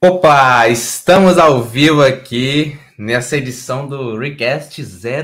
Opa, estamos ao vivo aqui nessa edição do Recast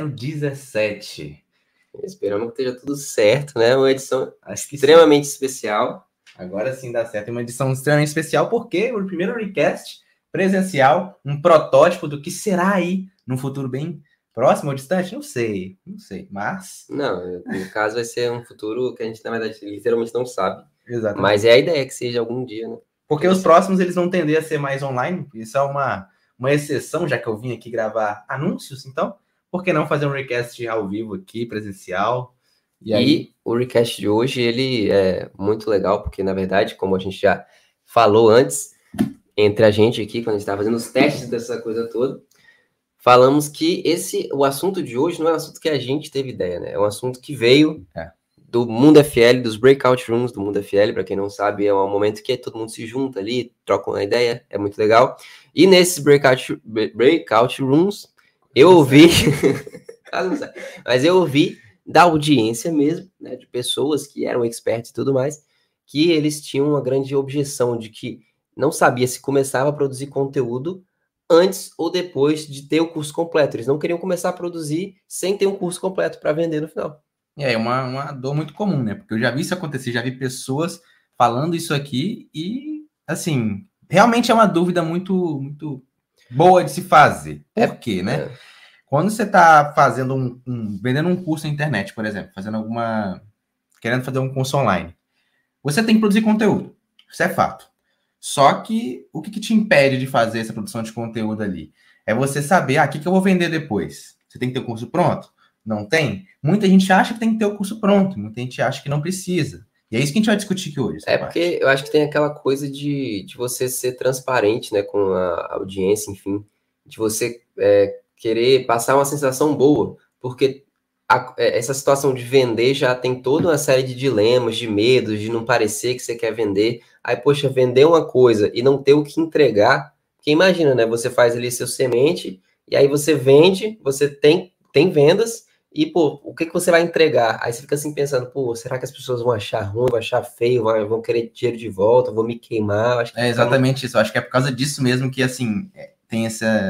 017. Esperamos que esteja tudo certo, né? Uma edição extremamente especial. Agora sim dá certo. É uma edição extremamente especial porque o primeiro Recast presencial, um protótipo do que será aí no futuro bem próximo ou distante? Não sei, mas... Não, no caso vai ser um futuro que a gente, na verdade, literalmente não sabe. Exatamente. Mas é a ideia que seja algum dia, né? Porque os próximos eles vão tender a ser mais online. Isso é uma exceção, já que eu vim aqui gravar anúncios, então por que não fazer um recast ao vivo aqui, presencial? E o recast de hoje, ele é muito legal, porque, na verdade, como a gente já falou antes, entre a gente aqui, quando a gente estava fazendo os testes dessa coisa toda, falamos que o assunto de hoje não é um assunto que a gente teve ideia, né? É um assunto que veio do Mundo FL, dos Breakout Rooms do Mundo FL. Para quem não sabe, é um momento que todo mundo se junta ali, troca uma ideia, é muito legal. E nesses Breakout Rooms, eu ouvi... mas eu ouvi da audiência mesmo, né, de pessoas que eram experts e tudo mais, que eles tinham uma grande objeção de que não sabia se começava a produzir conteúdo antes ou depois de ter o curso completo. Eles não queriam começar a produzir sem ter um curso completo para vender no final. É uma dor muito comum, né? Porque eu já vi isso acontecer, já vi pessoas falando isso aqui e, assim, realmente é uma dúvida muito, muito boa de se fazer. Por quê, né? Quando você está fazendo vendendo um curso na internet, por exemplo, querendo fazer um curso online, você tem que produzir conteúdo. Isso é fato. Só que o que te impede de fazer essa produção de conteúdo ali? É você saber, o que eu vou vender depois? Você tem que ter o curso pronto? Não tem? Muita gente acha que tem que ter o curso pronto, muita gente acha que não precisa. E é isso que a gente vai discutir aqui hoje. Porque eu acho que tem aquela coisa de você ser transparente, né, com a audiência, enfim, de você querer passar uma sensação boa, porque essa situação de vender já tem toda uma série de dilemas, de medos, de não parecer que você quer vender. Aí, poxa, vender uma coisa e não ter o que entregar, porque imagina, né, você faz ali seu semente, e aí você vende, você tem vendas, e, pô, o que você vai entregar? Aí você fica assim pensando, pô, será que as pessoas vão achar ruim, vão achar feio, vão querer dinheiro de volta, vão me queimar? Acho que é exatamente isso. Eu acho que é por causa disso mesmo que, assim, tem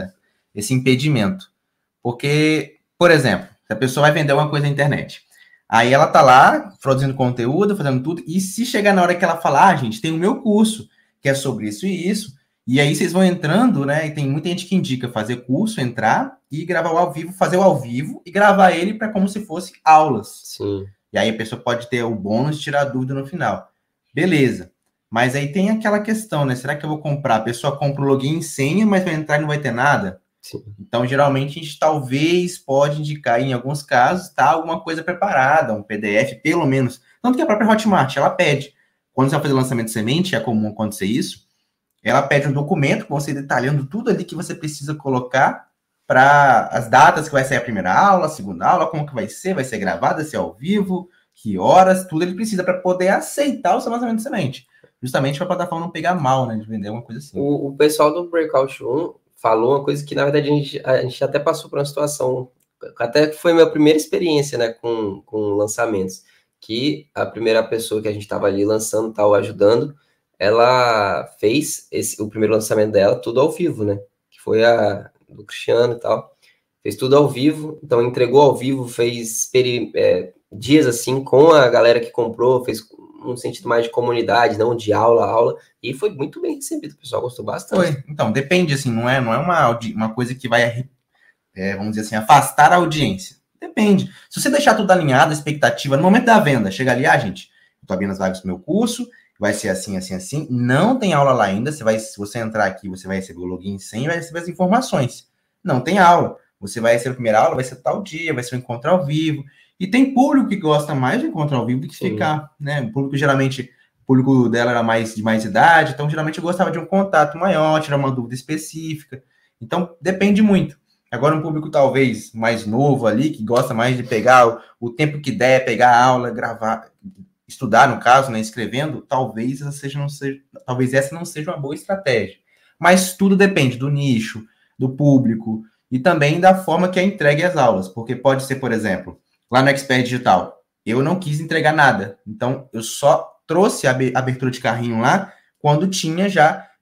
esse impedimento. Porque, por exemplo, se a pessoa vai vender uma coisa na internet, aí ela tá lá produzindo conteúdo, fazendo tudo, e se chegar na hora que ela falar, gente, tem o meu curso, que é sobre isso e isso, e aí vocês vão entrando, né, e tem muita gente que indica fazer curso, entrar e gravar o ao vivo, fazer o ao vivo e gravar ele para como se fosse aulas. Sim. E aí a pessoa pode ter o bônus de tirar a dúvida no final. Beleza. Mas aí tem aquela questão, né? Será que eu vou comprar? A pessoa compra o login e senha, mas vai entrar e não vai ter nada? Sim. Então, geralmente, a gente talvez pode indicar, em alguns casos, alguma coisa preparada, um PDF, pelo menos. Tanto que a própria Hotmart, ela pede. Quando você vai fazer lançamento de semente, é comum acontecer isso, ela pede um documento com você detalhando tudo ali que você precisa colocar para as datas que vai sair a primeira aula, a segunda aula, como que vai ser gravada, se é ao vivo, que horas, tudo ele precisa para poder aceitar o seu lançamento de semente. Justamente para a plataforma não pegar mal, né, de vender uma coisa assim. O pessoal do Breakout Room falou uma coisa que, na verdade, a gente até passou por uma situação, até foi a minha primeira experiência, né, com lançamentos, que a primeira pessoa que a gente estava ali lançando, tal, ajudando, ela fez o primeiro lançamento dela tudo ao vivo, né, que foi a do Cristiano e tal, fez tudo ao vivo, então entregou ao vivo, fez dias assim com a galera que comprou, fez um sentido mais de comunidade, não de aula a aula, e foi muito bem recebido, o pessoal gostou bastante. Foi. Então, depende, assim, não é uma coisa que vai, vamos dizer assim, afastar a audiência. Depende. Se você deixar tudo alinhado, a expectativa, no momento da venda, chega ali, gente, eu tô abrindo as vagas do meu curso, vai ser assim, assim, assim, não tem aula lá ainda, se você entrar aqui, você vai receber o login sem, vai receber as informações. Não tem aula. Você vai receber a primeira aula, vai ser tal dia, vai ser um encontro ao vivo. E tem público que gosta mais de encontro ao vivo do que ficar, né? O público, geralmente, o público dela era de mais idade, então, geralmente, eu gostava de um contato maior, tirar uma dúvida específica. Então, depende muito. Agora, um público, talvez, mais novo ali, que gosta mais de pegar o tempo que der, pegar a aula, gravar, estudar, no caso, né, escrevendo, talvez essa não seja uma boa estratégia. Mas tudo depende do nicho, do público e também da forma que é entregue as aulas. Porque pode ser, por exemplo, lá no Expert Digital, eu não quis entregar nada. Então, eu só trouxe a abertura de carrinho lá quando tinha já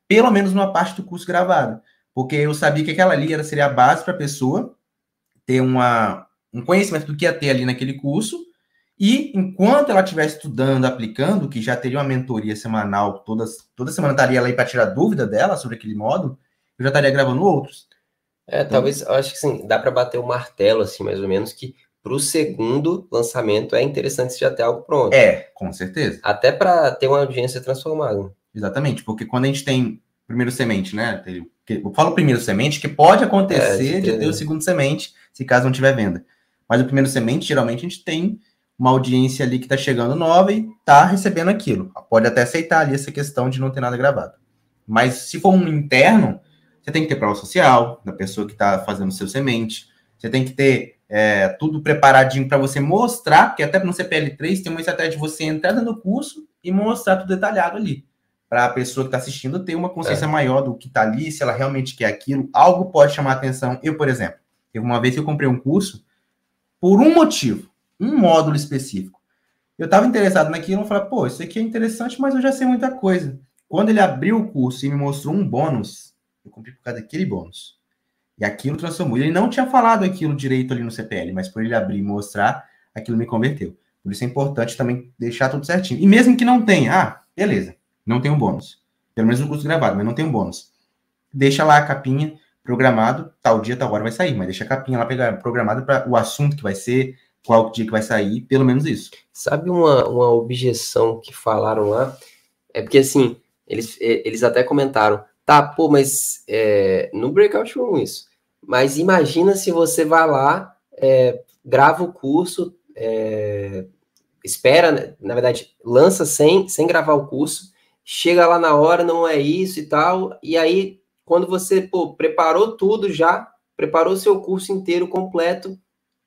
pelo menos uma parte do curso gravado, porque eu sabia que aquela ali seria a base para a pessoa ter um conhecimento do que ia ter ali naquele curso, e enquanto ela estiver estudando, aplicando, que já teria uma mentoria semanal, toda semana estaria lá para tirar dúvida dela sobre aquele módulo, eu já estaria gravando outros. Talvez, eu acho que sim, dá para bater o martelo, assim, mais ou menos, que para o segundo lançamento é interessante você já ter algo pronto. Com certeza. Até para ter uma audiência transformada. Exatamente, porque quando a gente tem primeiro semente, né? Eu falo primeiro semente, que pode acontecer de ter o segundo semente, se caso não tiver venda. Mas o primeiro semente, geralmente, a gente tem uma audiência ali que está chegando nova e está recebendo aquilo. Pode até aceitar ali essa questão de não ter nada gravado. Mas se for um interno, você tem que ter prova social da pessoa que está fazendo o seu semente. Você tem que ter tudo preparadinho para você mostrar, porque até no CPL3 tem uma estratégia de você entrar no curso e mostrar tudo detalhado ali, para a pessoa que está assistindo ter uma consciência maior do que está ali, se ela realmente quer aquilo. Algo pode chamar a atenção. Eu, por exemplo, teve uma vez que eu comprei um curso por um motivo, um módulo específico. Eu estava interessado naquilo, eu falei, pô, isso aqui é interessante, mas eu já sei muita coisa. Quando ele abriu o curso e me mostrou um bônus, eu comprei por causa daquele bônus. E aquilo transformou. Ele não tinha falado aquilo direito ali no CPL, mas por ele abrir e mostrar, aquilo me converteu. Por isso é importante também deixar tudo certinho. E mesmo que não tenha, beleza, não tem um bônus. Pelo menos no curso gravado, mas não tem um bônus. Deixa lá a capinha programado, tal dia, tal hora vai sair, mas deixa a capinha lá programada para o assunto que vai ser, qual dia que vai sair, pelo menos isso. Sabe uma objeção que falaram lá? É porque, assim, eles até comentaram, tá, pô, mas no Breakout Room isso. Mas imagina se você vai lá, grava o curso, espera, na verdade, lança sem gravar o curso, chega lá na hora, não é isso e tal, e aí, quando você, pô, preparou tudo já, preparou seu curso inteiro completo,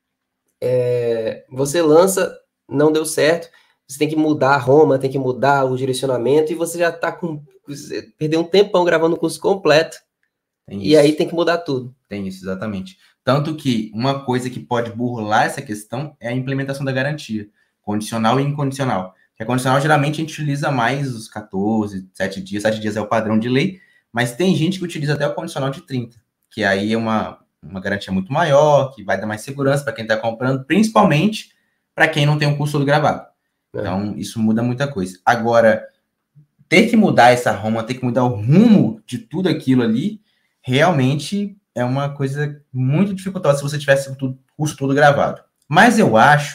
você lança, não deu certo, você tem que mudar a Roma, tem que mudar o direcionamento, e você já tá perdeu um tempão gravando o curso completo, e aí tem que mudar tudo. Tem isso, exatamente. Tanto que uma coisa que pode burlar essa questão é a implementação da garantia, condicional e incondicional. Que a condicional, geralmente, a gente utiliza mais os 14, 7 dias. 7 dias é o padrão de lei, mas tem gente que utiliza até o condicional de 30, que aí é uma garantia muito maior, que vai dar mais segurança para quem está comprando, principalmente para quem não tem um curso todo gravado. Então, isso muda muita coisa. Agora, ter que mudar essa Roma, ter que mudar o rumo de tudo aquilo ali, realmente é uma coisa muito dificultosa se você tivesse o curso todo gravado. Mas eu acho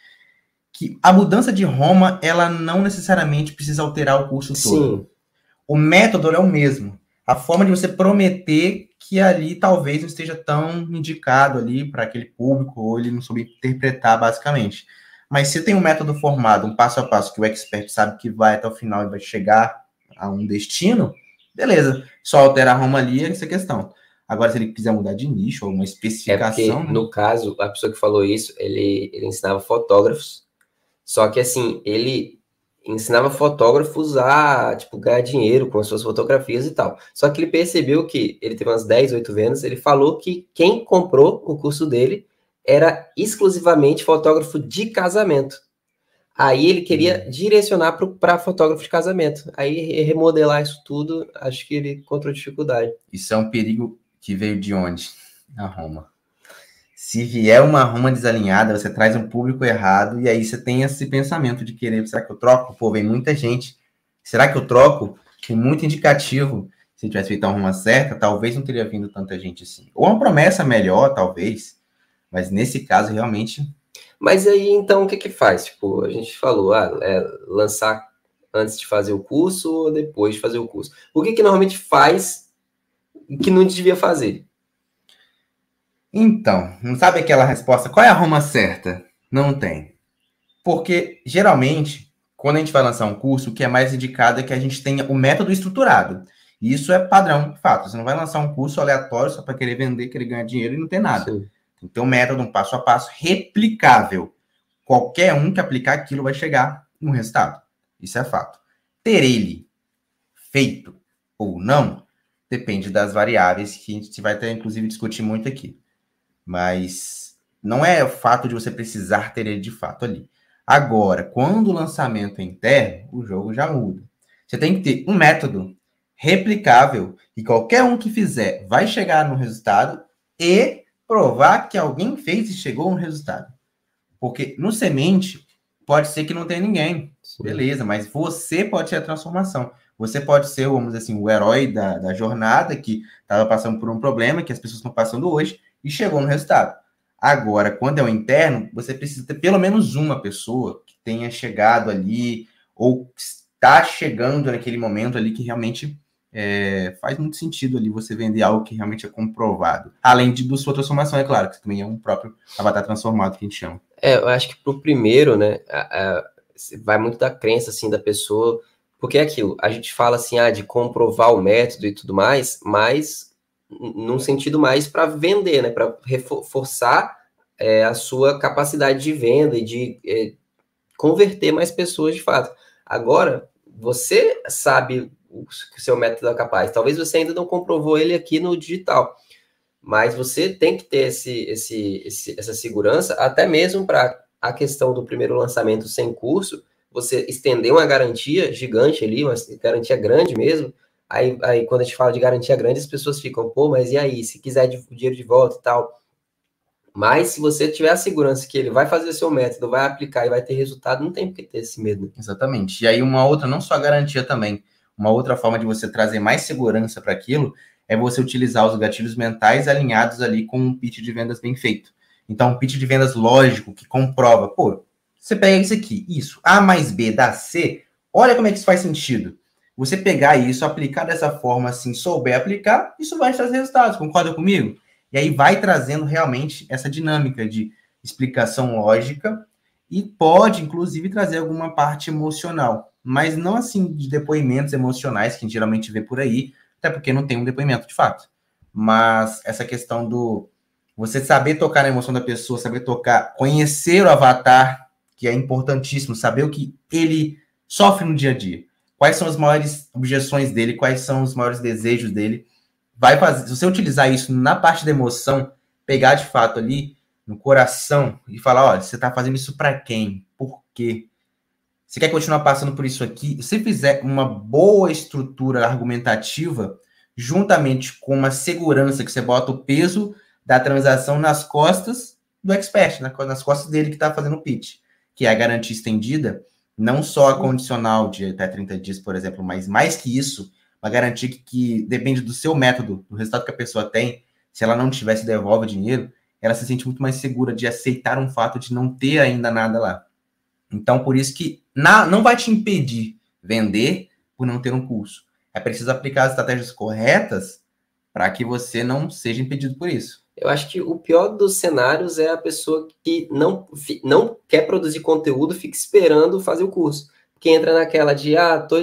que a mudança de Roma, ela não necessariamente precisa alterar o curso todo. Sim. O método é o mesmo. A forma de você prometer que ali talvez não esteja tão indicado ali para aquele público, ou ele não soube interpretar, basicamente. Mas se tem um método formado, um passo a passo, que o expert sabe que vai até o final e vai chegar a um destino, beleza. Só altera a Roma ali, essa questão. Agora, se ele quiser mudar de nicho, ou uma especificação... Porque, no caso, a pessoa que falou isso, ele ensinava fotógrafos, só que, assim, ele ensinava fotógrafos a, tipo, ganhar dinheiro com as suas fotografias e tal. Só que ele percebeu que, ele teve umas 10, 8 vendas, ele falou que quem comprou o curso dele era exclusivamente fotógrafo de casamento. Aí ele queria direcionar para fotógrafo de casamento. Aí remodelar isso tudo, acho que ele encontrou dificuldade. Isso é um perigo que veio de onde? Na Roma. Se vier uma Roma desalinhada, você traz um público errado, e aí você tem esse pensamento de querer, será que eu troco? Pô, vem muita gente. Será que eu troco? Tem muito indicativo. Se tivesse feito a Roma certa, talvez não teria vindo tanta gente assim. Ou uma promessa melhor, talvez. Mas nesse caso, realmente... Mas aí, então, o que faz? Tipo, a gente falou, lançar antes de fazer o curso ou depois de fazer o curso. O que normalmente faz que não devia fazer? Então, não sabe aquela resposta, qual é a Roma certa? Não tem. Porque, geralmente, quando a gente vai lançar um curso, o que é mais indicado é que a gente tenha o método estruturado. E isso é padrão, de fato. Você não vai lançar um curso aleatório só para querer vender, querer ganhar dinheiro e não ter nada. Sim. Tem que ter um método, um passo a passo replicável. Qualquer um que aplicar aquilo vai chegar no resultado. Isso é fato. Ter ele feito ou não depende das variáveis que a gente vai ter, inclusive, discutir muito aqui. Mas não é o fato de você precisar ter ele de fato ali. Agora, quando o lançamento é interno, o jogo já muda. Você tem que ter um método replicável, e qualquer um que fizer vai chegar no resultado e provar que alguém fez e chegou no resultado. Porque no semente, pode ser que não tenha ninguém, Sim. beleza, mas você pode ser a transformação. Você pode ser, vamos dizer assim, o herói da jornada que estava passando por um problema que as pessoas estão passando hoje e chegou no resultado. Agora, quando é o interno, você precisa ter pelo menos uma pessoa que tenha chegado ali ou está chegando naquele momento ali que realmente faz muito sentido ali você vender algo que realmente é comprovado. Além de sua transformação, é claro, que também é um próprio avatar transformado que a gente chama. Eu acho que pro primeiro, né, vai muito da crença, assim, da pessoa, porque é aquilo, a gente fala, assim, de comprovar o método e tudo mais, mas num sentido mais para vender, né, para reforçar a sua capacidade de venda e de converter mais pessoas de fato. Agora, você sabe que o seu método é capaz, talvez você ainda não comprovou ele aqui no digital, mas você tem que ter essa segurança, até mesmo para a questão do primeiro lançamento sem curso, você estender uma garantia gigante ali, uma garantia grande mesmo. Aí quando a gente fala de garantia grande, as pessoas ficam, pô, mas e aí, se quiser o dinheiro de volta e tal? Mas se você tiver a segurança que ele vai fazer seu método, vai aplicar e vai ter resultado, não tem por que ter esse medo. Exatamente. E aí uma outra, não só a garantia também, uma outra forma de você trazer mais segurança para aquilo é você utilizar os gatilhos mentais alinhados ali com um pitch de vendas bem feito. Então, um pitch de vendas lógico, que comprova, pô, você pega isso aqui, isso, A mais B dá C, olha como é que isso faz sentido. Você pegar isso, aplicar dessa forma, assim, souber aplicar, isso vai trazer resultados, concorda comigo? E aí vai trazendo realmente essa dinâmica de explicação lógica e pode, inclusive, trazer alguma parte emocional, mas não assim de depoimentos emocionais que a gente geralmente vê por aí, até porque não tem um depoimento de fato. Mas essa questão do você saber tocar na emoção da pessoa, saber tocar, conhecer o avatar, que é importantíssimo, saber o que ele sofre no dia a dia, quais são as maiores objeções dele, quais são os maiores desejos dele, vai fazer, se você utilizar isso na parte da emoção, pegar de fato ali no coração e falar, olha, você está fazendo isso para quem? Por quê? Você quer continuar passando por isso aqui? Se fizer uma boa estrutura argumentativa, juntamente com uma segurança que você bota o peso da transação nas costas do expert, nas costas dele que está fazendo o pitch, que é a garantia estendida, não só a condicional de até 30 dias, por exemplo, mas mais que isso, uma garantia que depende do seu método, do resultado que a pessoa tem. Se ela não tivesse, devolve o dinheiro, ela se sente muito mais segura de aceitar um fato de não ter ainda nada lá. Então, por isso que não vai te impedir vender por não ter um curso. É preciso aplicar as estratégias corretas para que você não seja impedido por isso. Eu acho que o pior dos cenários é a pessoa que não quer produzir conteúdo, fica esperando fazer o curso. Porque entra naquela de,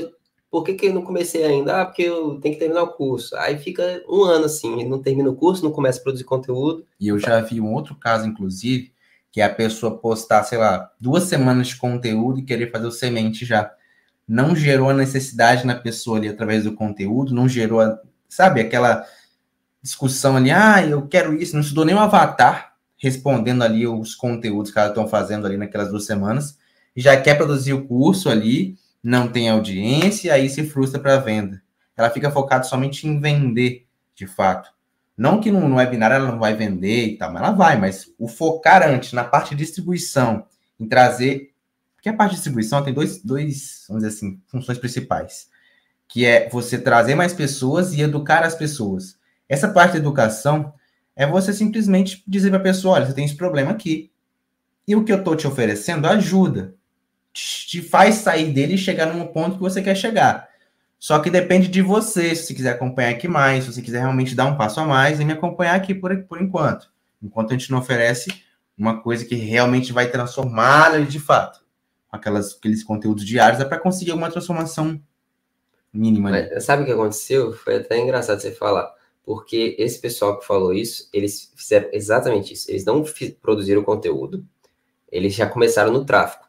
por que eu não comecei ainda? Porque eu tenho que terminar o curso. Aí fica um ano assim, não termina o curso, não começa a produzir conteúdo. E eu já vi um outro caso, inclusive, que é a pessoa postar, sei lá, 2 semanas de conteúdo e querer fazer o semente já. Não gerou a necessidade na pessoa ali através do conteúdo, não gerou, sabe, aquela discussão ali, eu quero isso, não estudou nem o avatar, respondendo ali os conteúdos que elas estão fazendo ali naquelas 2 semanas, e já quer produzir o curso ali, não tem audiência, aí se frustra para a venda. Ela fica focada somente em vender, de fato. Não que no webinar ela não vai vender e tal, mas ela vai, mas o focar antes na parte de distribuição, em trazer... Porque a parte de distribuição tem dois, vamos dizer assim, funções principais, que é você trazer mais pessoas e educar as pessoas. Essa parte da educação é você simplesmente dizer para a pessoa, olha, você tem esse problema aqui, e o que eu estou te oferecendo ajuda, te faz sair dele e chegar num ponto que você quer chegar. Só que depende de você, se você quiser acompanhar aqui mais, se você quiser realmente dar um passo a mais e me acompanhar aqui por enquanto. Enquanto a gente não oferece uma coisa que realmente vai transformá-la de fato. Aqueles conteúdos diários, é para conseguir alguma transformação mínima. Mas, sabe o que aconteceu? Foi até engraçado você falar. Porque esse pessoal que falou isso, eles fizeram exatamente isso. Eles não produziram conteúdo, eles já começaram no tráfego.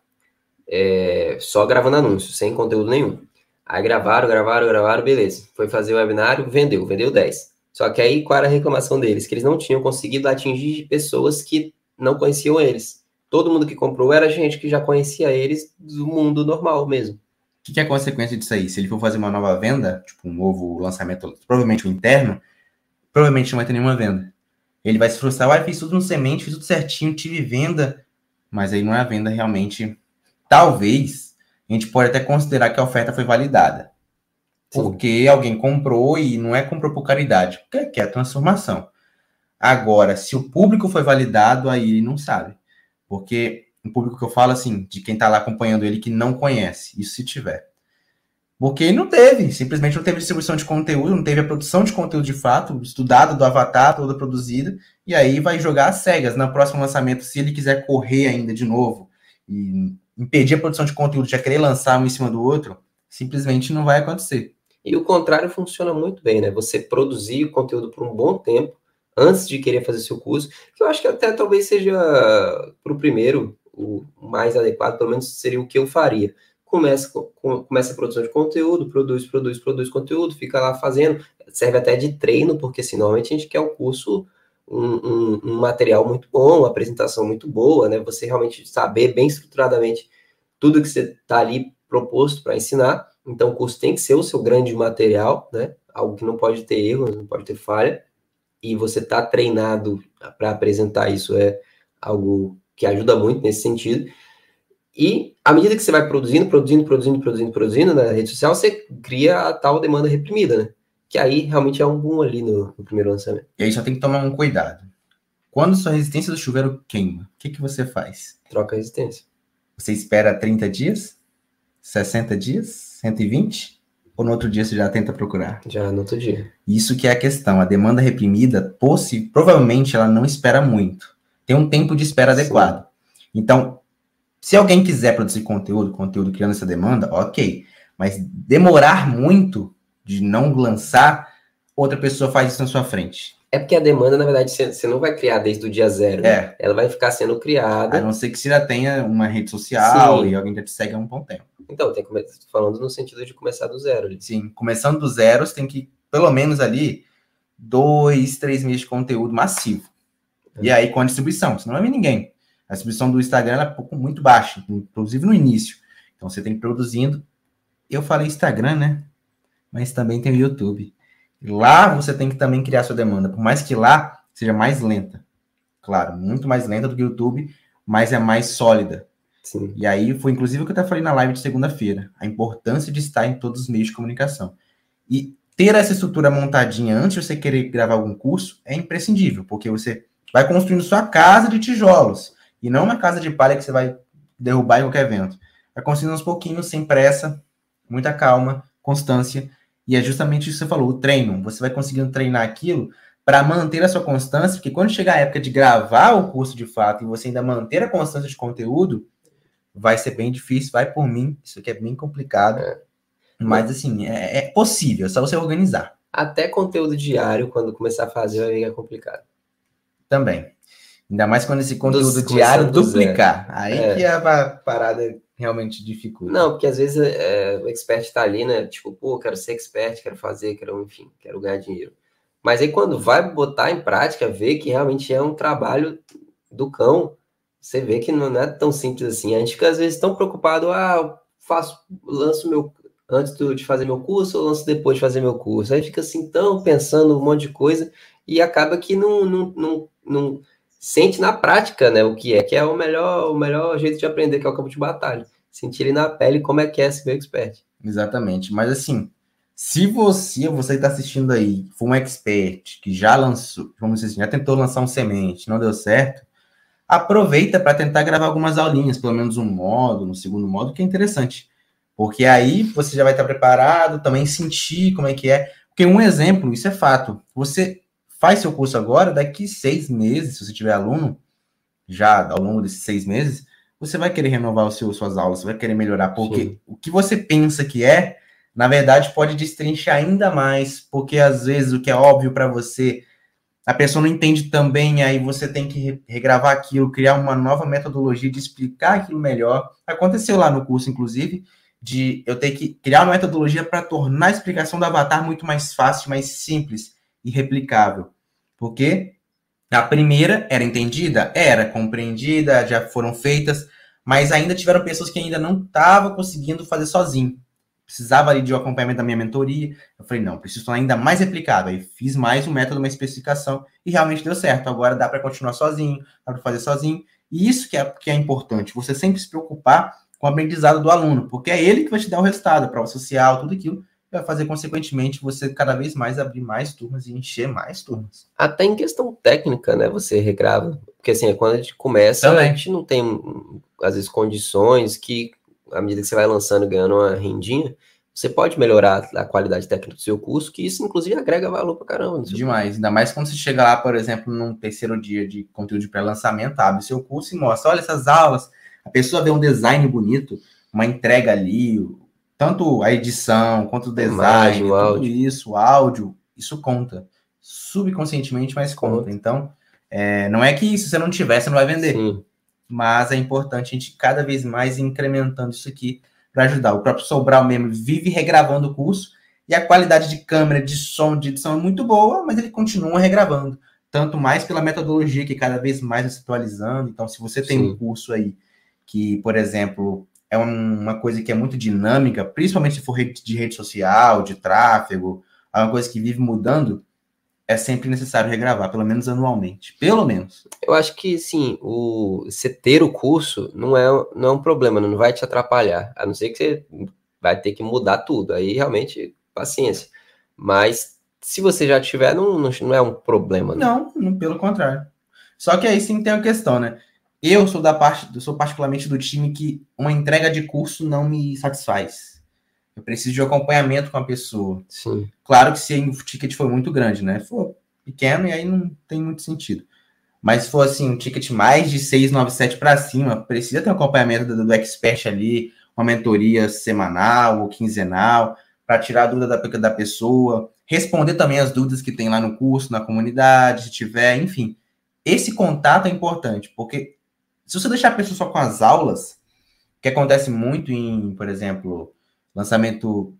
Só gravando anúncios, sem conteúdo nenhum. Aí gravaram, beleza. Foi fazer o webinário, vendeu 10. Só que aí, qual era a reclamação deles? Que eles não tinham conseguido atingir pessoas que não conheciam eles. Todo mundo que comprou era gente que já conhecia eles do mundo normal mesmo. que é a consequência disso aí? Se ele for fazer uma nova venda, tipo um novo lançamento, provavelmente o interno, provavelmente não vai ter nenhuma venda. Ele vai se frustrar, fiz tudo no semente, fiz tudo certinho, tive venda, mas aí não é a venda realmente. Talvez a gente pode até considerar que a oferta foi validada. Porque alguém comprou e não é comprou por caridade, porque quer transformação. Agora, se o público foi validado, aí ele não sabe. Porque o público que eu falo, assim, de quem está lá acompanhando ele que não conhece, isso se tiver. Porque não teve, simplesmente não teve distribuição de conteúdo, não teve a produção de conteúdo de fato, estudado do avatar, toda produzida, e aí vai jogar às cegas. No próximo lançamento, se ele quiser correr ainda de novo e impedir a produção de conteúdo, já querer lançar um em cima do outro, simplesmente não vai acontecer. E o contrário funciona muito bem, né? Você produzir o conteúdo por um bom tempo, antes de querer fazer seu curso, que eu acho que até talvez seja, para o primeiro, o mais adequado, pelo menos seria o que eu faria. Começa a produção de conteúdo, produz conteúdo, fica lá fazendo, serve até de treino, porque assim, normalmente a gente quer um curso, um material muito bom, uma apresentação muito boa, né? Você realmente saber bem estruturadamente tudo que você está ali proposto para ensinar. Então, o curso tem que ser o seu grande material, né? Algo que não pode ter erro, não pode ter falha. E você tá treinado para apresentar isso é algo que ajuda muito nesse sentido. E à medida que você vai produzindo na rede social, você cria a tal demanda reprimida, né? Que aí realmente é um boom ali no primeiro lançamento. E aí só tem que tomar um cuidado. Quando sua resistência do chuveiro queima, o que você faz? Troca a resistência. Você espera 30 dias? 60 dias? 120? Ou no outro dia você já tenta procurar? Já no outro dia. Isso que é a questão. A demanda reprimida, provavelmente, ela não espera muito. Tem um tempo de espera adequado. Então, se alguém quiser produzir conteúdo criando essa demanda, ok. Mas demorar muito de não lançar, outra pessoa faz isso na sua frente. É porque a demanda, na verdade, você não vai criar desde o dia zero. Né? Ela vai ficar sendo criada. A não ser que você já tenha uma rede social e alguém já te segue há um bom tempo. Então, tem que falando no sentido de começar do zero. Ali. Sim, começando do zero, você tem que, pelo menos ali, 2, 3 meses de conteúdo massivo. E aí com a distribuição, senão não vai ver ninguém. A distribuição do Instagram é muito baixa, inclusive no início. Então você tem que ir produzindo. Eu falei Instagram, né? Mas também tem o YouTube. Lá você tem que também criar sua demanda. Por mais que lá seja mais lenta. Claro, muito mais lenta do que o YouTube, mas é mais sólida. Sim. E aí foi inclusive o que eu até falei na live de segunda-feira. A importância de estar em todos os meios de comunicação. E ter essa estrutura montadinha antes de você querer gravar algum curso é imprescindível, porque você vai construindo sua casa de tijolos. E não uma casa de palha que você vai derrubar em qualquer vento. Vai construindo aos pouquinhos, sem pressa, muita calma, constância. E é justamente isso que você falou, o treino. Você vai conseguindo treinar aquilo para manter a sua constância, porque quando chegar a época de gravar o curso de fato e você ainda manter a constância de conteúdo, vai ser bem difícil, vai por mim. Isso aqui é bem complicado. Mas, assim, é possível, é só você organizar. Até conteúdo diário, quando começar a fazer, vai ver que é complicado. Também. Ainda mais quando esse conteúdo diário duplicar. Aí que a parada realmente dificulta. Não, porque às vezes o expert tá ali, né? Tipo, pô, quero ser expert, quero fazer, quero ganhar dinheiro. Mas aí quando vai botar em prática, vê que realmente é um trabalho do cão, você vê que não é tão simples assim. A gente fica às vezes tão preocupado, lanço meu... Antes de fazer meu curso ou lanço depois de fazer meu curso? Aí fica assim, tão pensando um monte de coisa e acaba que não sente na prática, né, o que é o melhor jeito de aprender, que é o campo de batalha. Sentir ele na pele como é que é ser expert. Exatamente. Mas assim, se você está assistindo aí, for um expert que já lançou, vamos dizer assim, já tentou lançar um semente, não deu certo, aproveita para tentar gravar algumas aulinhas, pelo menos um módulo, um segundo módulo, que é interessante. Porque aí você já vai estar preparado, também sentir como é que é. Porque um exemplo, isso é fato. Você faz seu curso agora, daqui 6 meses, se você tiver aluno, já ao longo desses 6 meses, você vai querer renovar suas aulas, você vai querer melhorar. Porque Sim. O que você pensa que na verdade, pode destrinchar ainda mais. Porque às vezes o que é óbvio para você, a pessoa não entende também, aí você tem que regravar aquilo, criar uma nova metodologia de explicar aquilo melhor. Aconteceu lá no curso, inclusive, de eu ter que criar uma metodologia para tornar a explicação do avatar muito mais fácil, mais simples e replicável. Porque a primeira era entendida? Era compreendida, já foram feitas, mas ainda tiveram pessoas que ainda não estavam conseguindo fazer sozinho. precisava ali de um acompanhamento da minha mentoria. Eu falei, não, preciso tornar ainda mais replicado. Aí fiz mais um método, uma especificação, e realmente deu certo. Agora dá para continuar sozinho, dá para fazer sozinho. E isso que é importante, você sempre se preocupar com o aprendizado do aluno, porque é ele que vai te dar o resultado, a prova social, tudo aquilo, vai fazer, consequentemente, você cada vez mais abrir mais turmas e encher mais turmas. Até em questão técnica, né? Você regrava. Porque, assim, quando a gente começa, Também. a gente não tem, às vezes, condições que, à medida que você vai lançando e ganhando uma rendinha, você pode melhorar a qualidade técnica do seu curso, que isso, inclusive, agrega valor pra caramba. Demais. Ainda mais quando você chega lá, por exemplo, num terceiro dia de conteúdo de pré-lançamento, abre seu curso e mostra, olha essas aulas, a pessoa vê um design bonito, uma entrega ali, tanto a edição, quanto o design, Imagem, o tudo áudio. isso, o áudio, isso conta. Subconscientemente, mas conta. Então, não é que se você não tiver, você não vai vender. Sim. Mas é importante a gente cada vez mais ir incrementando isso aqui para ajudar. O próprio Sobral mesmo vive regravando o curso e a qualidade de câmera, de som, de edição é muito boa, mas ele continua regravando. Tanto mais pela metodologia que cada vez mais vai se atualizando. Então, se você tem um curso aí que, por exemplo, é uma coisa que é muito dinâmica, principalmente se for de rede social, de tráfego, é uma coisa que vive mudando, é sempre necessário regravar, pelo menos anualmente. Pelo menos. Eu acho que, sim, você ter o curso não é um problema, não vai te atrapalhar. A não ser que você vai ter que mudar tudo. Aí, realmente, paciência. Mas, se você já tiver, não é um problema. Né? Não, pelo contrário. Só que aí sim tem a questão, né? Eu sou particularmente do time que uma entrega de curso não me satisfaz. Eu preciso de um acompanhamento com a pessoa. Sim. Claro que se o ticket for muito grande, né? Se for pequeno, e aí não tem muito sentido. Mas se for assim, um ticket mais de 697 para cima, precisa ter um acompanhamento do expert ali, uma mentoria semanal ou quinzenal, para tirar a dúvida da pessoa, responder também as dúvidas que tem lá no curso, na comunidade, se tiver, enfim. Esse contato é importante, porque se você deixar a pessoa só com as aulas, que acontece muito em, por exemplo, lançamento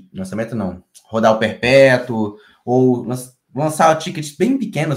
não, rodar o perpétuo, ou lançar tickets bem pequenos,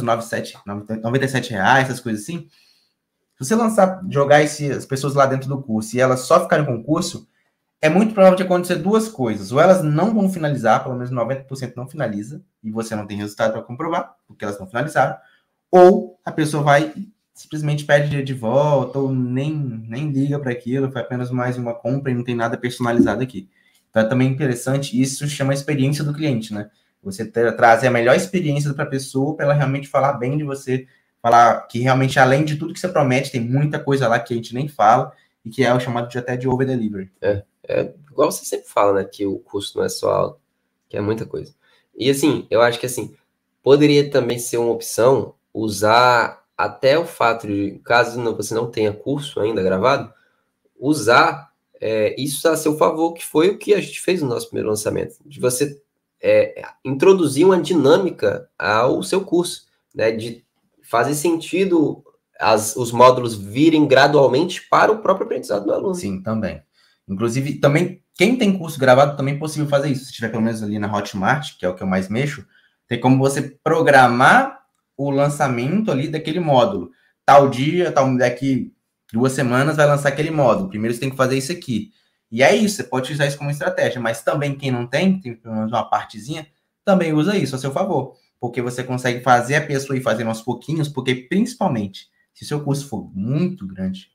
R$97, essas coisas assim. Se você jogar as pessoas lá dentro do curso e elas só ficarem com o curso, é muito provável de acontecer duas coisas. Ou elas não vão finalizar, pelo menos 90% não finaliza, e você não tem resultado para comprovar, porque elas não finalizaram, ou a pessoa vai simplesmente pede dinheiro de volta, ou nem liga para aquilo, foi apenas mais uma compra e não tem nada personalizado aqui. Então é também interessante, isso chama a experiência do cliente, né? Você trazer a melhor experiência para a pessoa, para ela realmente falar bem de você, falar que realmente, além de tudo que você promete, tem muita coisa lá que a gente nem fala, e que é o chamado até de over delivery. Igual você sempre fala, né? Que o custo não é só aula, que é muita coisa. E assim, eu acho que assim, poderia também ser uma opção usar até o fato de, caso você não tenha curso ainda gravado, usar isso a seu favor, que foi o que a gente fez no nosso primeiro lançamento, de você introduzir uma dinâmica ao seu curso, né? De fazer sentido os módulos virem gradualmente para o próprio aprendizado do aluno. Sim, também. Inclusive, também, quem tem curso gravado também é possível fazer isso. Se tiver pelo menos ali na Hotmart, que é o que eu mais mexo, tem como você programar o lançamento ali daquele módulo. Tal dia, daqui 2 semanas vai lançar aquele módulo. Primeiro você tem que fazer isso aqui. E é isso, você pode usar isso como estratégia, mas também quem não tem pelo menos uma partezinha, também usa isso a seu favor. Porque você consegue fazer a pessoa ir fazendo aos pouquinhos, porque principalmente, se o seu curso for muito grande,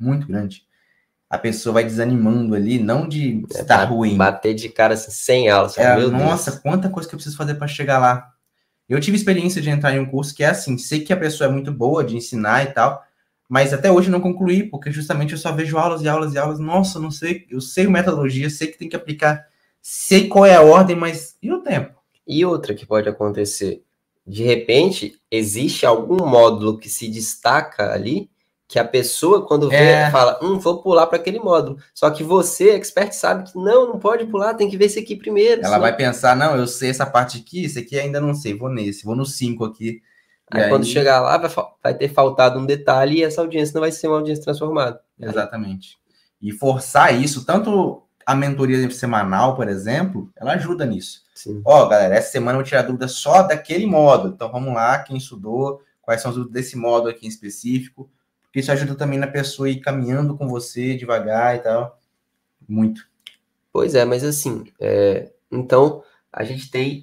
a pessoa vai desanimando ali, não de estar ruim. Bater de cara assim, sem aula. Nossa, quanta coisa que eu preciso fazer para chegar lá. Eu tive experiência de entrar em um curso que é assim, sei que a pessoa é muito boa de ensinar e tal, mas até hoje não concluí, porque justamente eu só vejo aulas e aulas e aulas. Nossa, não sei, eu sei metodologia, sei que tem que aplicar, sei qual é a ordem, mas e o tempo? E outra que pode acontecer, de repente, existe algum módulo que se destaca ali, que a pessoa, quando vê, fala, vou pular para aquele módulo. Só que você, expert, sabe que não pode pular, tem que ver esse aqui primeiro. Ela vai pensar, não, eu sei essa parte aqui, esse aqui ainda não sei, vou no 5 aqui. Aí quando chegar lá, vai ter faltado um detalhe e essa audiência não vai ser uma audiência transformada. Exatamente. E forçar isso, tanto a mentoria semanal, por exemplo, ela ajuda nisso. Galera, essa semana eu vou tirar dúvida só daquele módulo. Então vamos lá, quem estudou, quais são as dúvidas desse módulo aqui em específico. Porque isso ajuda também na pessoa ir caminhando com você devagar e tal. Muito. Pois é, mas assim, então a gente tem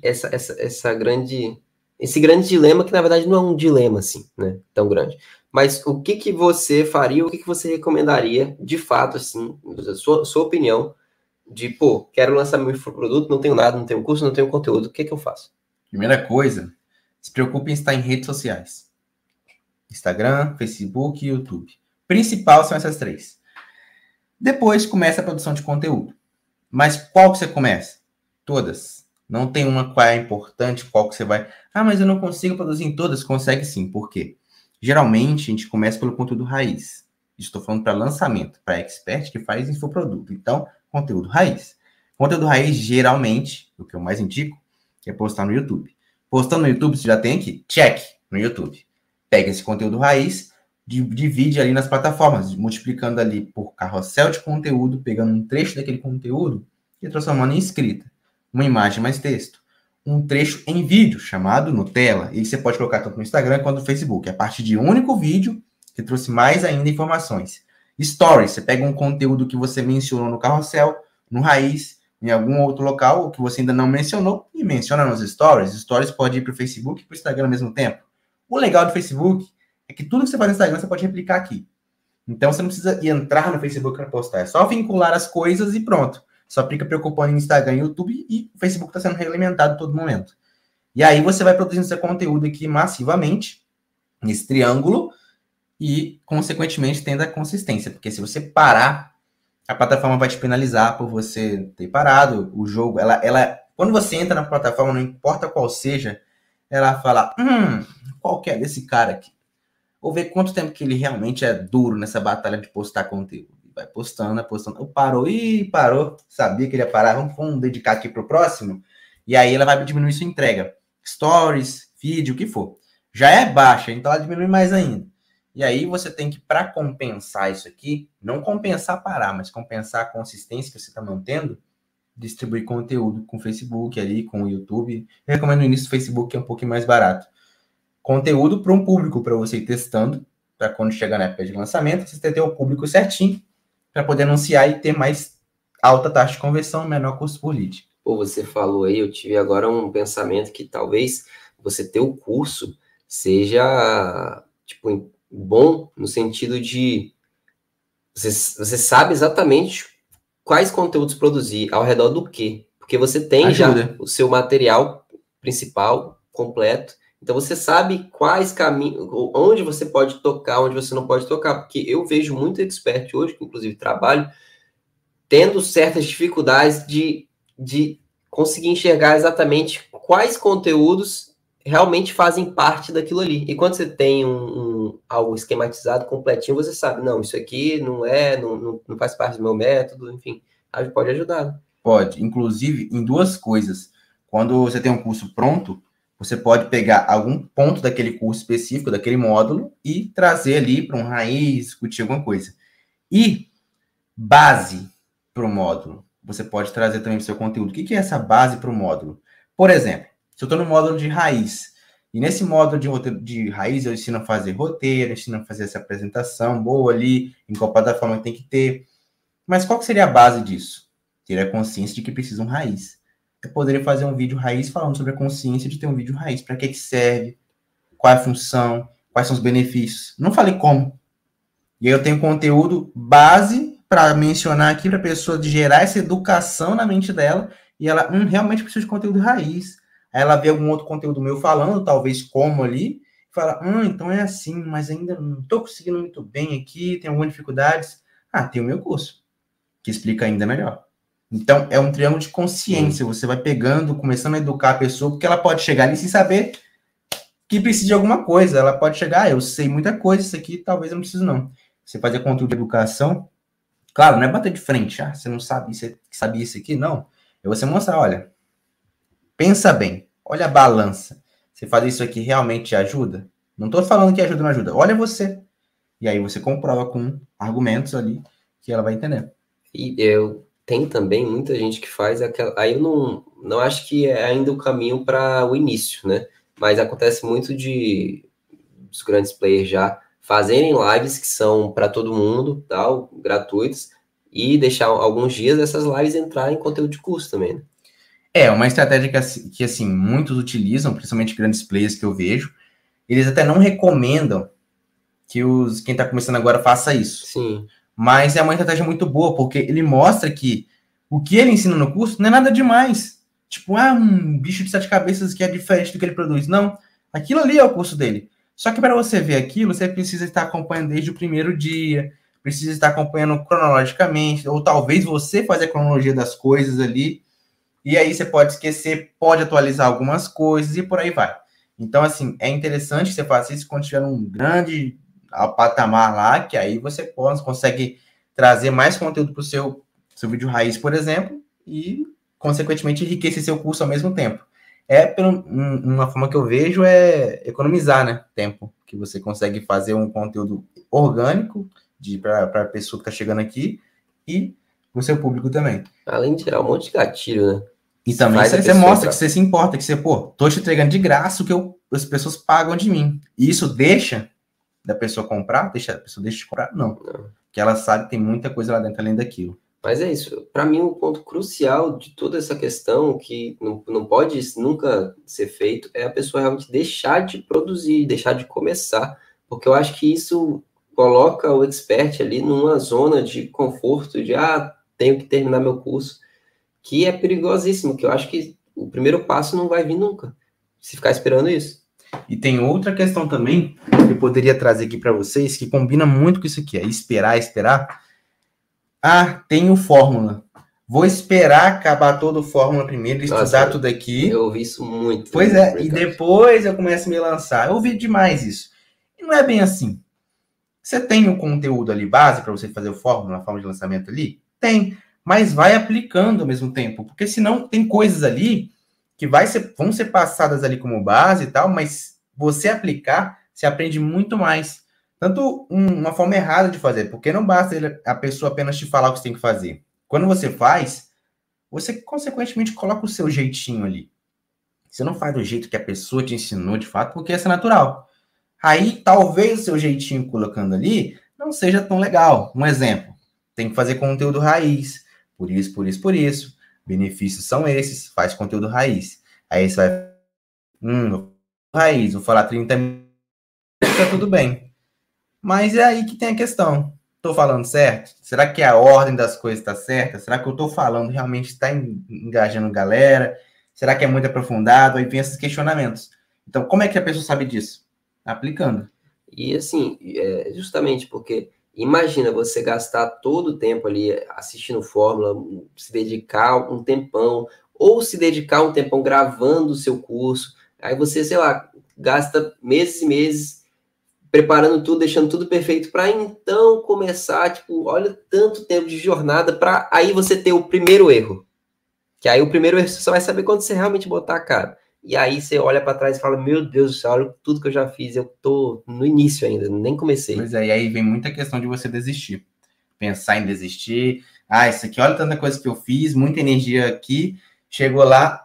esse grande dilema que na verdade não é um dilema assim, né, tão grande. Mas o que que você faria, o que que você recomendaria, de fato, assim, sua opinião, de, pô, quero lançar meu produto, não tenho nada, não tenho curso, não tenho conteúdo, o que que eu faço? Primeira coisa, se preocupe em estar em redes sociais. Instagram, Facebook e YouTube. Principal são essas três. Depois começa a produção de conteúdo. Mas qual que você começa? Todas. Não tem uma qual é importante, qual que você vai... Ah, mas eu não consigo produzir em todas. Consegue sim. Por quê? Geralmente, a gente começa pelo conteúdo raiz. Estou falando para lançamento, para expert que faz infoproduto. Então, conteúdo raiz. Conteúdo raiz, geralmente, o que eu mais indico, é postar no YouTube. Postando no YouTube, você já tem aqui, check, no YouTube. Pega esse conteúdo raiz, divide ali nas plataformas, multiplicando ali por carrossel de conteúdo, pegando um trecho daquele conteúdo e transformando em escrita. Uma imagem mais texto. Um trecho em vídeo, chamado Nutella. E você pode colocar tanto no Instagram quanto no Facebook. A partir de um único vídeo, que trouxe mais ainda informações. Stories, você pega um conteúdo que você mencionou no carrossel, no raiz, em algum outro local, que você ainda não mencionou, e menciona nos stories. Stories pode ir para o Facebook e para o Instagram ao mesmo tempo. O legal do Facebook é que tudo que você faz no Instagram você pode replicar aqui. Então você não precisa entrar no Facebook para postar. É só vincular as coisas e pronto. Só fica preocupando em Instagram e YouTube e o Facebook está sendo realimentado a todo momento. E aí você vai produzindo seu conteúdo aqui massivamente, nesse triângulo, e, consequentemente, tendo a consistência. Porque se você parar, a plataforma vai te penalizar por você ter parado. O jogo, quando você entra na plataforma, não importa qual seja, ela fala, qual que é desse cara aqui? Vou ver quanto tempo que ele realmente é duro nessa batalha de postar conteúdo. Vai postando, postando. Parou. Sabia que ele ia parar. Vamos dedicar aqui pro próximo. E aí ela vai diminuir sua entrega. Stories, vídeo, o que for. Já é baixa, então ela diminui mais ainda. E aí você tem que, para compensar isso aqui, não compensar parar, mas compensar a consistência que você está mantendo, distribuir conteúdo com o Facebook ali, com o YouTube. Eu recomendo no início do Facebook, que é um pouquinho mais barato. Conteúdo para um público, para você ir testando, para quando chegar na época de lançamento, você ter o público certinho, para poder anunciar e ter mais alta taxa de conversão, menor custo por lead. Pô, você falou aí, eu tive agora um pensamento que talvez você ter o curso seja, tipo, bom no sentido de você sabe exatamente quais conteúdos produzir, ao redor do quê. Porque você tem já o seu material principal completo. Então você sabe quais caminhos, onde você pode tocar, onde você não pode tocar. Porque eu vejo muito expert hoje, que inclusive trabalho, tendo certas dificuldades de conseguir enxergar exatamente quais conteúdos realmente fazem parte daquilo ali. E quando você tem algo esquematizado, completinho, você sabe, não, isso aqui não faz parte do meu método, enfim, pode ajudar. Pode, inclusive em duas coisas. Quando você tem um curso pronto, você pode pegar algum ponto daquele curso específico, daquele módulo, e trazer ali para um raiz, discutir alguma coisa. E base para o módulo. Você pode trazer também para o seu conteúdo. O que é essa base para o módulo? Por exemplo, se eu estou no módulo de raiz, e nesse módulo de raiz eu ensino a fazer roteiro, ensino a fazer essa apresentação boa ali, em qual plataforma tem que ter. Mas qual que seria a base disso? Ter a consciência de que precisa um raiz. Eu poderia fazer um vídeo raiz falando sobre a consciência de ter um vídeo raiz. Para que serve? Qual é a função? Quais são os benefícios? Não falei como. E aí eu tenho conteúdo base para mencionar aqui para a pessoa gerar essa educação na mente dela e ela realmente precisa de conteúdo raiz. Aí ela vê algum outro conteúdo meu falando, talvez como ali, e fala, então é assim, mas ainda não estou conseguindo muito bem aqui, tem algumas dificuldades. Tem o meu curso, que explica ainda melhor. Então, é um triângulo de consciência. Você vai pegando, começando a educar a pessoa, porque ela pode chegar ali sem saber que precisa de alguma coisa. Ela pode chegar, eu sei muita coisa, isso aqui talvez eu não precise não. Você fazer conteúdo de educação, claro, não é bater de frente, você não sabe, você sabia isso aqui, não. É você mostrar, olha, pensa bem, olha a balança. Você fazer isso aqui realmente te ajuda? Não estou falando que ajuda ou não ajuda, olha você. E aí você comprova com argumentos ali que ela vai entender. E tem também muita gente que faz aquela... Aí eu não acho que é ainda o caminho para o início, né? Mas acontece muito dos grandes players já fazerem lives que são para todo mundo, tal, gratuitos, e deixar alguns dias essas lives entrar em conteúdo de curso também, né? É uma estratégia que assim, muitos utilizam, principalmente grandes players que eu vejo. Eles até não recomendam que quem está começando agora faça isso. Sim. Mas é uma estratégia muito boa, porque ele mostra que o que ele ensina no curso não é nada demais. Tipo, um bicho de 7 cabeças que é diferente do que ele produz. Não, aquilo ali é o curso dele. Só que para você ver aquilo, você precisa estar acompanhando desde o primeiro dia, precisa estar acompanhando cronologicamente, ou talvez você fazer a cronologia das coisas ali, e aí você pode esquecer, pode atualizar algumas coisas e por aí vai. Então, assim, é interessante que você faça isso quando tiver um grande patamar lá, que aí você consegue trazer mais conteúdo para o seu vídeo raiz, por exemplo, e, consequentemente, enriquecer seu curso ao mesmo tempo. Uma forma que eu vejo é economizar, né, tempo, que você consegue fazer um conteúdo orgânico para a pessoa que está chegando aqui e para o seu público também. Além de tirar um monte de gatilho, né? E também você mostra que você se importa, que você, tô te entregando de graça o que as pessoas pagam de mim. E isso deixa da pessoa comprar? A pessoa deixa de comprar? Não. Porque ela sabe que tem muita coisa lá dentro além daquilo. Mas é isso. Para mim, um ponto crucial de toda essa questão, que não pode nunca ser feito, é a pessoa realmente deixar de produzir, deixar de começar. Porque eu acho que isso coloca o expert ali numa zona de conforto, de, tenho que terminar meu curso, que é perigosíssimo, que eu acho que o primeiro passo não vai vir nunca, se ficar esperando isso. E tem outra questão também que eu poderia trazer aqui para vocês, que combina muito com isso aqui, é esperar. Tenho fórmula. Vou esperar acabar toda a fórmula primeiro, estudar tudo aqui. Eu ouvi isso muito. Pois é, e depois eu começo a me lançar. Eu ouvi demais isso. E não é bem assim. Você tem um conteúdo ali base para você fazer a fórmula de lançamento ali? Tem. Mas vai aplicando ao mesmo tempo, porque senão tem coisas ali que vão ser passadas ali como base e tal, mas você aplicar, você aprende muito mais. Tanto uma forma errada de fazer, porque não basta a pessoa apenas te falar o que você tem que fazer. Quando você faz, você consequentemente coloca o seu jeitinho ali. Você não faz do jeito que a pessoa te ensinou de fato, porque essa é natural. Aí, talvez o seu jeitinho colocando ali não seja tão legal. Um exemplo, tem que fazer conteúdo raiz. Por isso. Benefícios são esses, faz conteúdo raiz. Aí você vai... raiz, vou falar 30 minutos, tá tudo bem. Mas é aí que tem a questão. Tô falando certo? Será que a ordem das coisas está certa? Será que eu tô falando realmente está engajando galera? Será que é muito aprofundado? Aí vem esses questionamentos. Então, como é que a pessoa sabe disso? Aplicando. E assim, justamente porque... Imagina você gastar todo o tempo ali assistindo fórmula, se dedicar um tempão, ou se dedicar um tempão gravando o seu curso. Aí você, sei lá, gasta meses e meses preparando tudo, deixando tudo perfeito, para então começar, tipo, olha tanto tempo de jornada para aí você ter o primeiro erro. Que aí o primeiro erro você só vai saber quando você realmente botar a cara. E aí você olha para trás e fala, meu Deus do céu, olha tudo que eu já fiz, eu tô no início ainda, nem comecei. Pois é, e aí vem muita questão de você desistir. Pensar em desistir. Isso aqui, olha tanta coisa que eu fiz, muita energia aqui, chegou lá,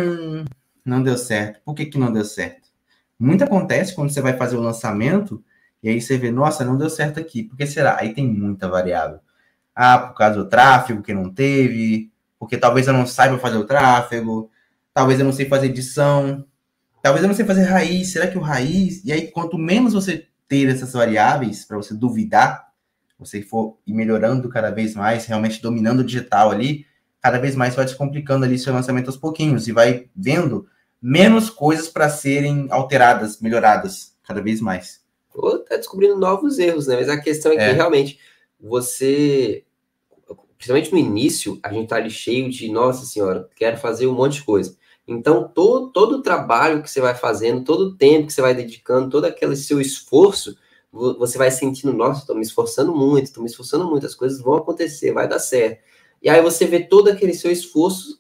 não deu certo. Por que não deu certo? Muito acontece quando você vai fazer o lançamento, e aí você vê, nossa, não deu certo aqui. Por que será? Aí tem muita variável. Por causa do tráfego que não teve, porque talvez eu não saiba fazer o tráfego, talvez eu não sei fazer edição, talvez eu não sei fazer raiz, será que o raiz... E aí, quanto menos você ter essas variáveis para você duvidar, você for ir melhorando cada vez mais, realmente dominando o digital ali, cada vez mais vai descomplicando ali seu lançamento aos pouquinhos e vai vendo menos coisas para serem alteradas, melhoradas cada vez mais. Ou tá descobrindo novos erros, né? Mas a questão é que realmente você... Principalmente no início, a gente tá ali cheio de, nossa senhora, quero fazer um monte de coisa. Então, todo o trabalho que você vai fazendo, todo o tempo que você vai dedicando, todo aquele seu esforço, você vai sentindo, nossa, estou me esforçando muito, as coisas vão acontecer, vai dar certo. E aí você vê todo aquele seu esforço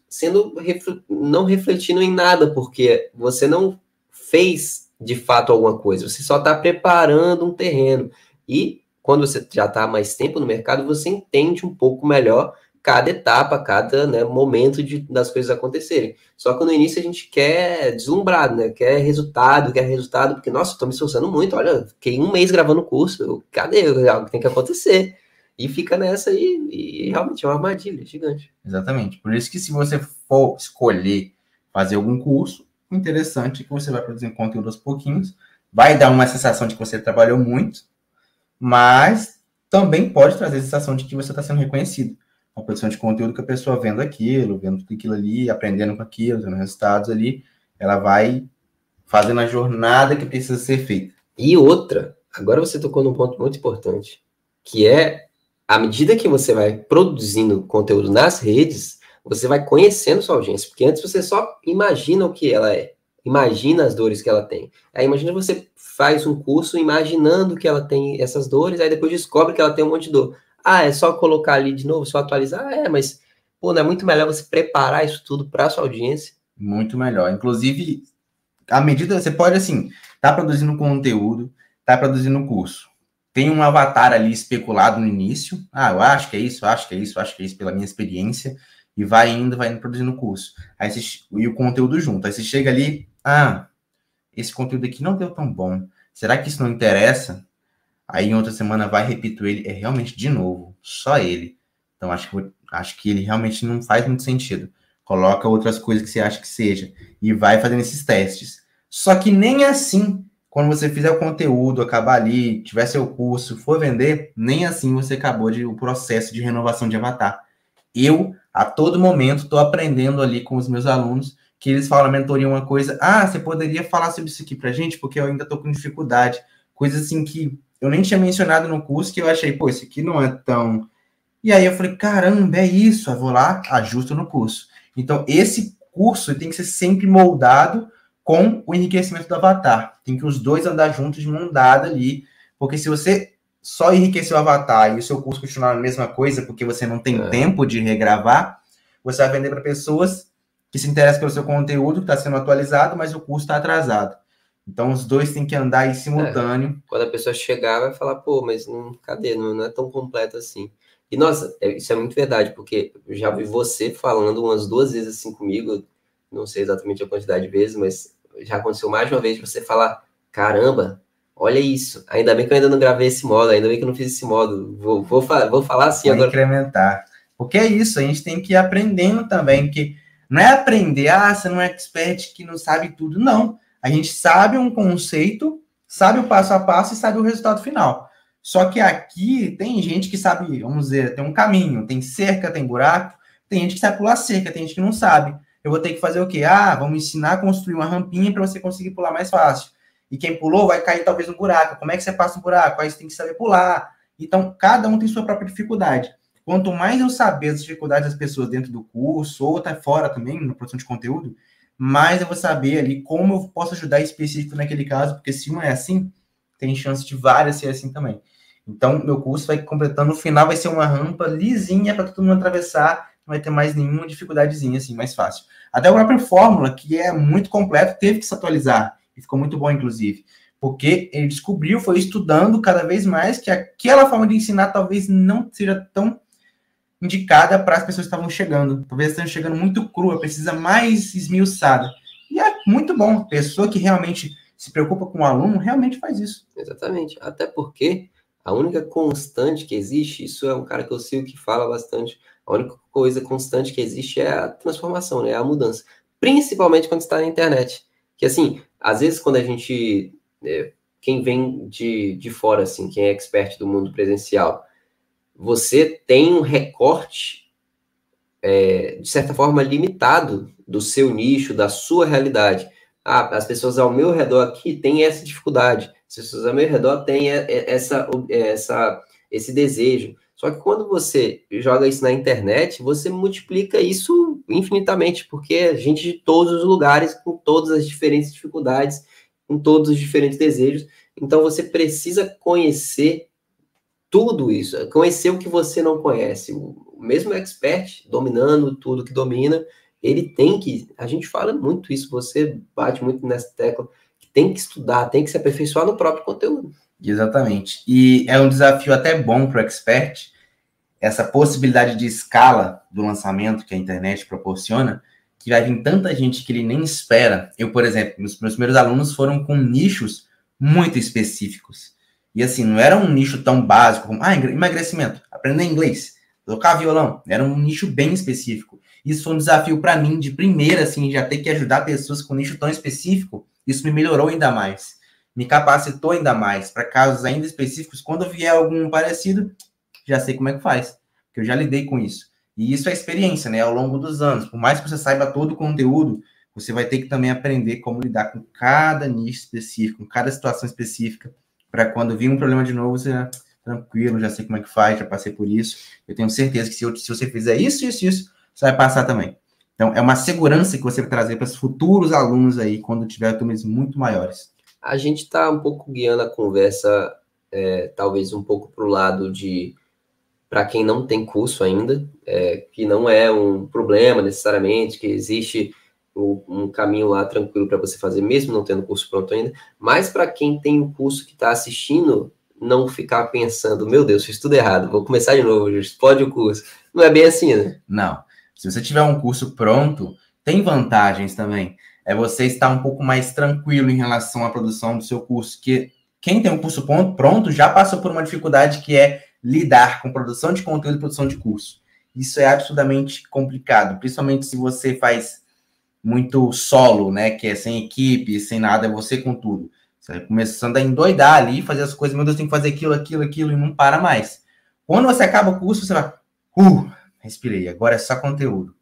não refletindo em nada, porque você não fez, de fato, alguma coisa. Você só está preparando um terreno. E quando você já está há mais tempo no mercado, você entende um pouco melhor cada etapa, cada momento das coisas acontecerem. Só que no início a gente quer deslumbrado, né? Quer resultado, porque, nossa, estou me esforçando muito, olha, fiquei um mês gravando o curso, cadê? Algo tem que acontecer. E fica nessa aí, e realmente é uma armadilha gigante. Exatamente. Por isso que se você for escolher fazer algum curso, o interessante é que você vai produzir conteúdo aos pouquinhos, vai dar uma sensação de que você trabalhou muito, mas também pode trazer a sensação de que você está sendo reconhecido. A produção de conteúdo que a pessoa vendo tudo aquilo ali, aprendendo com aquilo, tendo resultados ali, ela vai fazendo a jornada que precisa ser feita. E outra, agora você tocou num ponto muito importante, que é, à medida que você vai produzindo conteúdo nas redes, você vai conhecendo sua audiência, porque antes você só imagina o que ela é, imagina as dores que ela tem. Aí imagina você faz um curso imaginando que ela tem essas dores, aí depois descobre que ela tem um monte de dor. Ah, é só colocar ali de novo, só atualizar? Mas, pô, não é muito melhor você preparar isso tudo para sua audiência? Muito melhor. Inclusive, à medida você pode, assim, tá produzindo conteúdo, tá produzindo curso. Tem um avatar ali especulado no início. Ah, eu acho que é isso, acho que é isso, acho que é isso pela minha experiência. E vai indo produzindo curso. Aí você, e o conteúdo junto. Aí você chega ali, esse conteúdo aqui não deu tão bom. Será que isso não interessa? Aí em outra semana vai, repito ele, é realmente de novo, só ele. Então acho que ele realmente não faz muito sentido. Coloca outras coisas que você acha que seja e vai fazendo esses testes. Só que nem assim, quando você fizer o conteúdo, acabar ali, tiver seu curso, for vender, nem assim você acabou o processo de renovação de avatar. Eu, a todo momento, estou aprendendo ali com os meus alunos, que eles falam na mentoria uma coisa, você poderia falar sobre isso aqui pra gente, porque eu ainda estou com dificuldade. Coisa assim que eu nem tinha mencionado no curso, que eu achei, pô, isso aqui não é tão... E aí eu falei, caramba, é isso, eu vou lá, ajusto no curso. Então, esse curso tem que ser sempre moldado com o enriquecimento do avatar. Tem que os dois andar juntos de mão dada ali, porque se você só enriquecer o avatar e o seu curso continuar a mesma coisa, porque você não tem tempo de regravar, você vai vender para pessoas que se interessam pelo seu conteúdo, que está sendo atualizado, mas o curso está atrasado. Então, os dois têm que andar em simultâneo. Quando a pessoa chegar, vai falar, pô, mas cadê? Não é tão completo assim. E, nossa, isso é muito verdade, porque eu já vi você falando umas 2 vezes assim comigo, não sei exatamente a quantidade de vezes, mas já aconteceu mais de uma vez de você falar, caramba, olha isso, ainda bem que eu ainda não gravei esse modo, ainda bem que eu não fiz esse modo, vou falar assim Vou agora. Incrementar. Porque é isso, a gente tem que ir aprendendo também, que não é aprender, você não é expert que não sabe tudo, não. A gente sabe um conceito, sabe o passo a passo e sabe o resultado final. Só que aqui tem gente que sabe, vamos dizer, tem um caminho, tem cerca, tem buraco, tem gente que sabe pular cerca, tem gente que não sabe. Eu vou ter que fazer o quê? Vamos ensinar a construir uma rampinha para você conseguir pular mais fácil. E quem pulou vai cair talvez no buraco. Como é que você passa no buraco? Aí você tem que saber pular. Então, cada um tem sua própria dificuldade. Quanto mais eu saber as dificuldades das pessoas dentro do curso, ou até fora também, na produção de conteúdo, mais eu vou saber ali como eu posso ajudar específico naquele caso, porque se não é assim, tem chance de várias ser assim também. Então, meu curso vai completando, no final vai ser uma rampa lisinha para todo mundo atravessar, não vai ter mais nenhuma dificuldadezinha assim, mais fácil. Até a própria fórmula, que é muito completo, teve que se atualizar, e ficou muito bom, inclusive. Porque ele descobriu, foi estudando cada vez mais que aquela forma de ensinar talvez não seja tão indicada para as pessoas que estavam chegando. Talvez estejam chegando muito crua, precisa mais esmiuçada. E é muito bom. A pessoa que realmente se preocupa com o aluno realmente faz isso. Exatamente. Até porque a única constante que existe, isso é um cara que eu sigo que fala bastante, a única coisa constante que existe é a transformação, né? A mudança. Principalmente quando está na internet. Que assim, às vezes quando a gente... quem vem de fora, assim, quem é expert do mundo presencial, você tem um recorte, de certa forma, limitado do seu nicho, da sua realidade. As pessoas ao meu redor aqui têm essa dificuldade, as pessoas ao meu redor têm esse desejo. Só que quando você joga isso na internet, você multiplica isso infinitamente, porque é gente de todos os lugares, com todas as diferentes dificuldades, com todos os diferentes desejos. Então, você precisa conhecer tudo isso, conhecer o que você não conhece. O mesmo expert, dominando tudo que domina, ele tem que, a gente fala muito isso, você bate muito nessa tecla, que tem que estudar, tem que se aperfeiçoar no próprio conteúdo. Exatamente. E é um desafio até bom para o expert, essa possibilidade de escala do lançamento que a internet proporciona, que vai vir tanta gente que ele nem espera. Eu, por exemplo, meus primeiros alunos foram com nichos muito específicos. E assim, não era um nicho tão básico como emagrecimento, aprender inglês, tocar violão. Era um nicho bem específico. Isso foi um desafio para mim, de primeira, assim, já ter que ajudar pessoas com um nicho tão específico. Isso me melhorou ainda mais, me capacitou ainda mais para casos ainda específicos. Quando vier algum parecido, já sei como é que faz, porque eu já lidei com isso. E isso é experiência, né? Ao longo dos anos. Por mais que você saiba todo o conteúdo, você vai ter que também aprender como lidar com cada nicho específico, com cada situação específica, para quando vir um problema de novo, você tranquilo, já sei como é que faz, já passei por isso. Eu tenho certeza que se você fizer isso, você vai passar também. Então, é uma segurança que você vai trazer para os futuros alunos aí, quando tiver turmas muito maiores. A gente está um pouco guiando a conversa, talvez um pouco para o lado de, para quem não tem curso ainda, que não é um problema necessariamente, que existe um caminho lá tranquilo para você fazer, mesmo não tendo curso pronto ainda, mas para quem tem o curso que está assistindo, não ficar pensando, meu Deus, fiz tudo errado, vou começar de novo, explode o curso. Não é bem assim, né? Não. Se você tiver um curso pronto, tem vantagens também. É você estar um pouco mais tranquilo em relação à produção do seu curso, que quem tem um curso pronto já passou por uma dificuldade que é lidar com produção de conteúdo e produção de curso. Isso é absurdamente complicado, principalmente se você faz muito solo, né, que é sem equipe, sem nada, é você com tudo. Você vai começando a endoidar ali, fazer as coisas, meu Deus, tem que fazer aquilo, e não para mais. Quando você acaba o curso, você vai, respirei, agora é só conteúdo.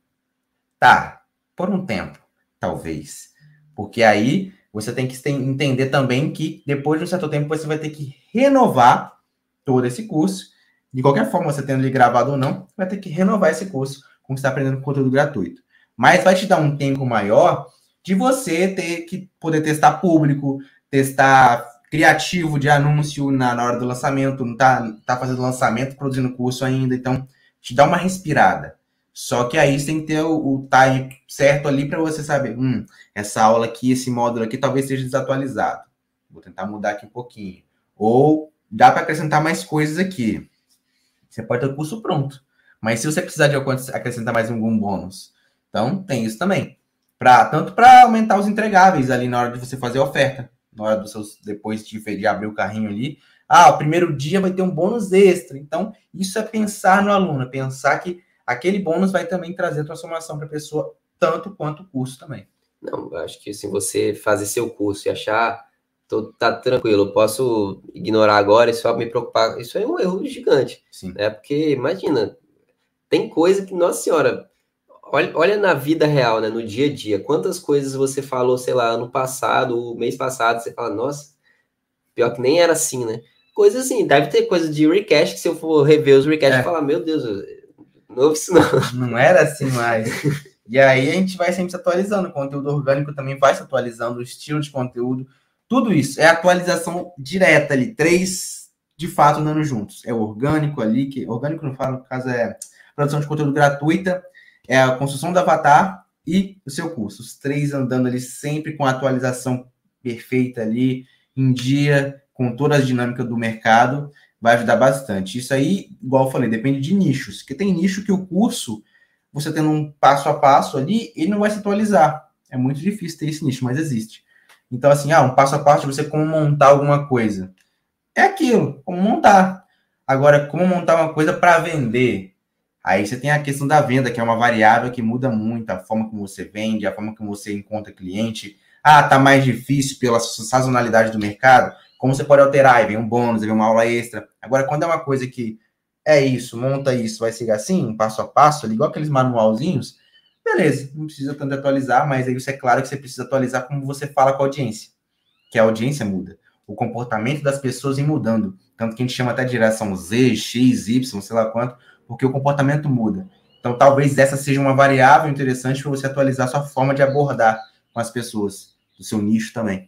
Tá, por um tempo, talvez. Porque aí você tem que entender também que depois de um certo tempo você vai ter que renovar todo esse curso. De qualquer forma, você tendo ele gravado ou não, vai ter que renovar esse curso com você está aprendendo conteúdo gratuito. Mas vai te dar um tempo maior de você ter que poder testar público, testar criativo de anúncio na hora do lançamento, não tá fazendo lançamento, produzindo curso ainda, então te dá uma respirada. Só que aí você tem que ter o time certo ali para você saber, essa aula aqui, esse módulo aqui talvez seja desatualizado. Vou tentar mudar aqui um pouquinho. Ou dá para acrescentar mais coisas aqui. Você pode ter o curso pronto. Mas se você precisar de acrescentar mais algum bônus, então tem isso também. Tanto para aumentar os entregáveis ali na hora de você fazer a oferta. Na hora depois de abrir o carrinho ali. O primeiro dia vai ter um bônus extra. Então, isso é pensar no aluno, pensar que aquele bônus vai também trazer transformação para a pessoa, tanto quanto o curso também. Não, eu acho que se você fazer seu curso e achar, tá tranquilo, eu posso ignorar agora e só me preocupar, isso é um erro gigante. Sim. Né? Porque, imagina, tem coisa que, nossa senhora, olha na vida real, né, no dia a dia, quantas coisas você falou, sei lá, ano passado, mês passado, você fala, nossa, pior que nem era assim, né? Coisas assim, deve ter coisa de recache que se eu for rever os recache, eu falar, meu Deus, não ouvi isso não. Não era assim mais. E aí a gente vai sempre se atualizando, o conteúdo orgânico também vai se atualizando, o estilo de conteúdo, tudo isso é atualização direta ali, 3 de fato andando juntos. É o orgânico ali, que orgânico não falo, no caso é produção de conteúdo gratuita, é a construção do avatar e o seu curso. Os 3 andando ali sempre com a atualização perfeita ali, em dia, com todas as dinâmicas do mercado, vai ajudar bastante. Isso aí, igual eu falei, depende de nichos, que tem nicho que o curso, você tendo um passo a passo ali, ele não vai se atualizar. É muito difícil ter esse nicho, mas existe. Então, assim, um passo a passo de você como montar alguma coisa. É aquilo, como montar. Agora, como montar uma coisa para vender? Aí você tem a questão da venda, que é uma variável que muda muito, a forma como você vende, a forma como você encontra cliente. Tá mais difícil pela sazonalidade do mercado. Como você pode alterar? Aí vem um bônus, aí vem uma aula extra. Agora, quando é uma coisa que é isso, monta isso, vai seguir assim, passo a passo, igual aqueles manualzinhos, beleza, não precisa tanto atualizar, mas aí isso é claro que você precisa atualizar como você fala com a audiência, que a audiência muda. O comportamento das pessoas vem mudando. Tanto que a gente chama até de geração Z, X, Y, sei lá quanto, porque o comportamento muda. Então, talvez essa seja uma variável interessante para você atualizar a sua forma de abordar com as pessoas, do seu nicho também.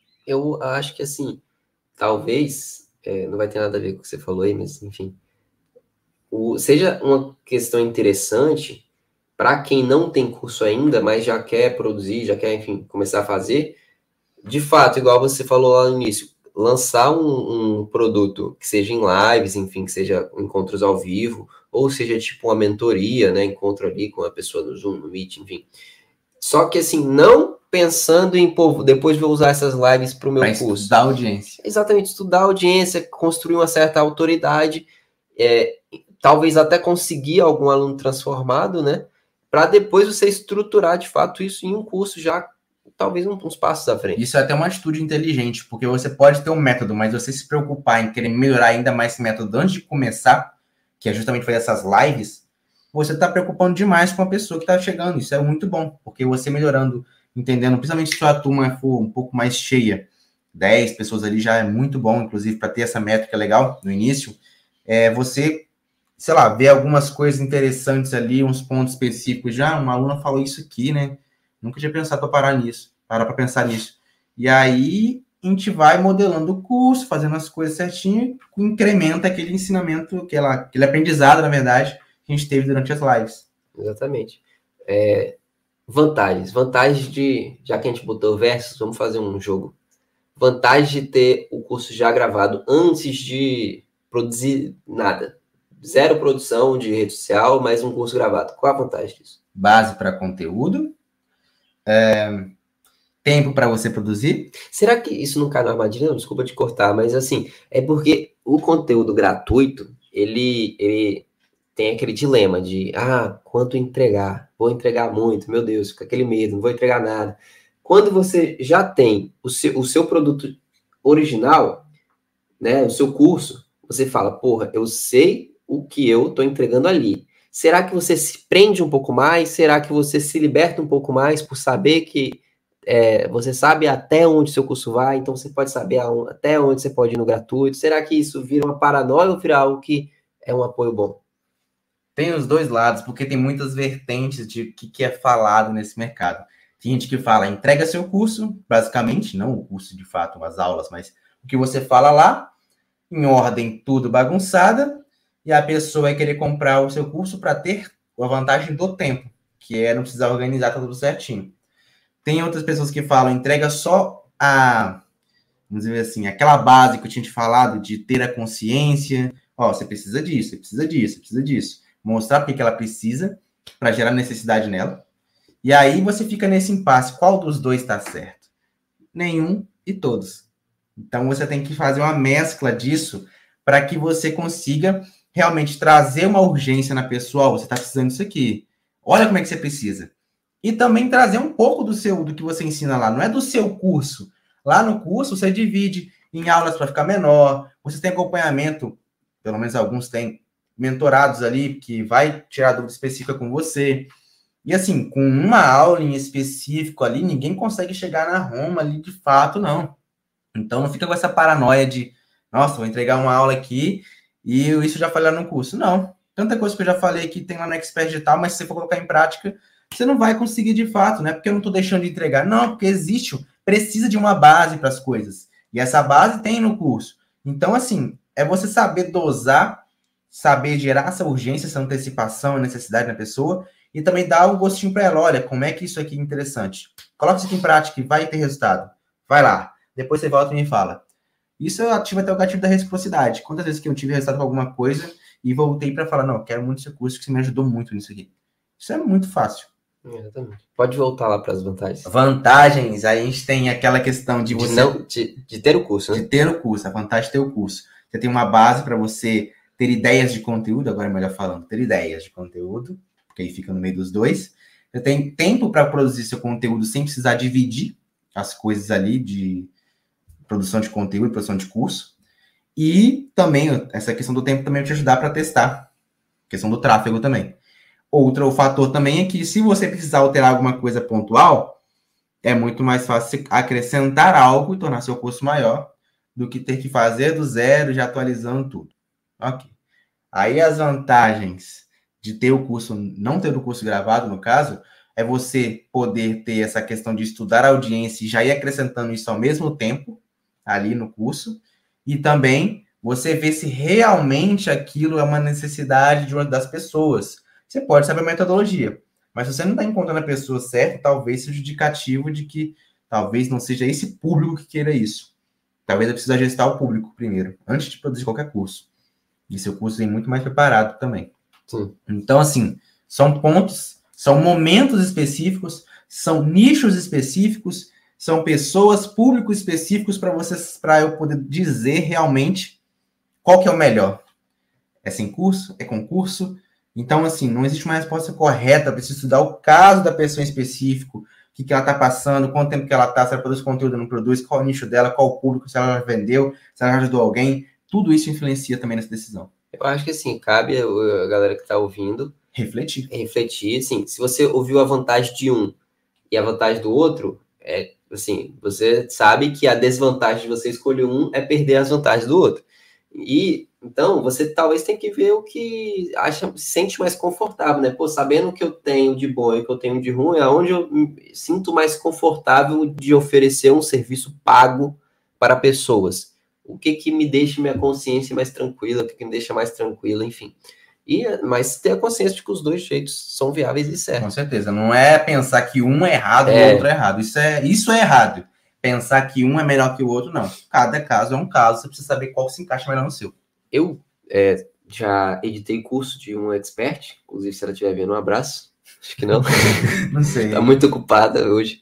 Eu acho que, assim, talvez, não vai ter nada a ver com o que você falou aí, mas, enfim, seja uma questão interessante para quem não tem curso ainda, mas já quer produzir, já quer, enfim, começar a fazer. De fato, igual você falou lá no início, lançar um produto que seja em lives, enfim, que seja encontros ao vivo, ou seja, tipo uma mentoria, né, encontro ali com a pessoa no Zoom, no Meet, enfim. Só que, assim, não pensando em, pô, depois vou usar essas lives para o meu curso. Estudar a audiência. Exatamente, estudar a audiência, construir uma certa autoridade, talvez até conseguir algum aluno transformado, né? Para depois você estruturar de fato isso em um curso já, talvez uns passos à frente. Isso é até uma atitude inteligente, porque você pode ter um método, mas você se preocupar em querer melhorar ainda mais esse método antes de começar, que é justamente fazer essas lives, você está preocupando demais com a pessoa que está chegando. Isso é muito bom, porque você melhorando, entendendo, principalmente se sua turma for um pouco mais cheia, 10 pessoas ali já é muito bom, inclusive para ter essa métrica legal no início, você, sei lá, ver algumas coisas interessantes ali, uns pontos específicos. Já uma aluna falou isso aqui, né? Nunca tinha pensado para parar para pensar nisso. E aí a gente vai modelando o curso, fazendo as coisas certinho, incrementa aquele ensinamento, aquele aprendizado, na verdade, que a gente teve durante as lives. Exatamente. Vantagens de, já que a gente botou versus, vamos fazer um jogo. Vantagem de ter o curso já gravado antes de produzir nada. Zero produção de rede social, mas um curso gravado. Qual a vantagem disso? Base para conteúdo. Tempo para você produzir. Será que isso não cai na armadilha? Não, desculpa te cortar, mas assim, é porque o conteúdo gratuito, ele tem aquele dilema de, quanto entregar? Vou entregar muito, meu Deus, com aquele medo, não vou entregar nada. Quando você já tem o seu produto original, né, o seu curso, você fala, porra, eu sei o que eu estou entregando ali. Será que você se prende um pouco mais? Será que você se liberta um pouco mais por saber que você sabe até onde seu curso vai, então você pode saber até onde você pode ir no gratuito? Será que isso vira uma paranoia ou vira algo que é um apoio bom? Tem os dois lados, porque tem muitas vertentes de o que é falado nesse mercado. Tem gente que fala, entrega seu curso, basicamente, não o curso de fato, as aulas, mas o que você fala lá, em ordem, tudo bagunçada, e a pessoa vai querer comprar o seu curso para ter a vantagem do tempo, que é não precisar organizar tudo certinho. Tem outras pessoas que falam, entrega só vamos dizer assim, aquela base que eu tinha te falado de ter a consciência, você precisa disso, você precisa disso, você precisa disso. Mostrar porque que ela precisa para gerar necessidade nela. E aí você fica nesse impasse. Qual dos dois está certo? Nenhum e todos. Então você tem que fazer uma mescla disso para que você consiga realmente trazer uma urgência na pessoa. Você está precisando disso aqui. Olha como é que você precisa. E também trazer um pouco do que você ensina lá. Não é do seu curso. Lá no curso você divide em aulas para ficar menor. Você tem acompanhamento, pelo menos alguns têm, mentorados ali, que vai tirar dúvida específica com você. E assim, com uma aula em específico ali, ninguém consegue chegar na Roma ali de fato, não. Então não fica com essa paranoia de, nossa, vou entregar uma aula aqui e isso já falhar no curso. Não. Tanta coisa que eu já falei que tem lá no Expert Digital, mas se você for colocar em prática, você não vai conseguir de fato, né? Porque eu não estou deixando de entregar. Não, porque precisa de uma base para as coisas. E essa base tem no curso. Então, assim, é você saber dosar, saber gerar essa urgência, essa antecipação, a necessidade na pessoa, e também dar um gostinho para ela. Olha, como é que isso aqui é interessante. Coloca isso aqui em prática e vai ter resultado. Vai lá. Depois você volta e me fala. Isso eu ativo até o gatilho da reciprocidade. Quantas vezes que eu tive resultado com alguma coisa e voltei para falar, não, quero muito seu curso, que você me ajudou muito nisso aqui. Isso é muito fácil. Exatamente. Pode voltar lá para as vantagens. Vantagens, aí a gente tem aquela questão de você... De ter o curso, né? De ter o curso, a vantagem de ter o curso. Você tem uma base para você ter ideias de conteúdo, agora é melhor falando, ter ideias de conteúdo, porque aí fica no meio dos dois. Você tem tempo para produzir seu conteúdo sem precisar dividir as coisas ali de produção de conteúdo, produção de curso. E também, essa questão do tempo também vai te ajudar para testar. Questão do tráfego também. Outro fator também é que se você precisar alterar alguma coisa pontual, é muito mais fácil acrescentar algo e tornar seu curso maior do que ter que fazer do zero, já atualizando tudo. Ok. Aí as vantagens de ter o curso, não ter o curso gravado, no caso, é você poder ter essa questão de estudar a audiência e já ir acrescentando isso ao mesmo tempo, ali no curso, e também você ver se realmente aquilo é uma necessidade das pessoas. Você pode saber a metodologia, mas se você não está encontrando a pessoa certa, talvez seja indicativo de que talvez não seja esse público que queira isso. Talvez eu precise ajustar o público primeiro, antes de produzir qualquer curso. E seu curso vem muito mais preparado também. Sim. Então, assim, são pontos São momentos específicos, são nichos específicos, são pessoas, públicos específicos para eu poder dizer realmente qual que é o melhor. É sem curso? É concurso? Então, assim, não existe uma resposta correta. Eu preciso estudar o caso da pessoa em específico, o que ela está passando, quanto tempo que ela está, se ela produz conteúdo ou não produz, qual o nicho dela, qual o público, se ela já vendeu, se ela já ajudou alguém. Tudo isso influencia também nessa decisão. Eu acho que, assim, cabe a galera que está ouvindo refletir, assim, se você ouviu a vantagem de um e a vantagem do outro, assim, você sabe que a desvantagem de você escolher um é perder as vantagens do outro. E então você talvez tenha que ver o que se sente mais confortável, né? Pô, sabendo o que eu tenho de bom e o que eu tenho de ruim, é onde eu me sinto mais confortável de oferecer um serviço pago para pessoas. O que me deixa minha consciência mais tranquila, o que me deixa mais tranquila, enfim. Mas ter a consciência de que os dois jeitos são viáveis e certos. Com certeza. Não é pensar que um é errado e o outro é errado. Isso é errado. Pensar que um é melhor que o outro, não. Cada caso é um caso, você precisa saber qual se encaixa melhor no seu. Eu já editei curso de um expert, inclusive se ela estiver vendo, um abraço. Acho que não. Não sei. Tá muito ocupada hoje.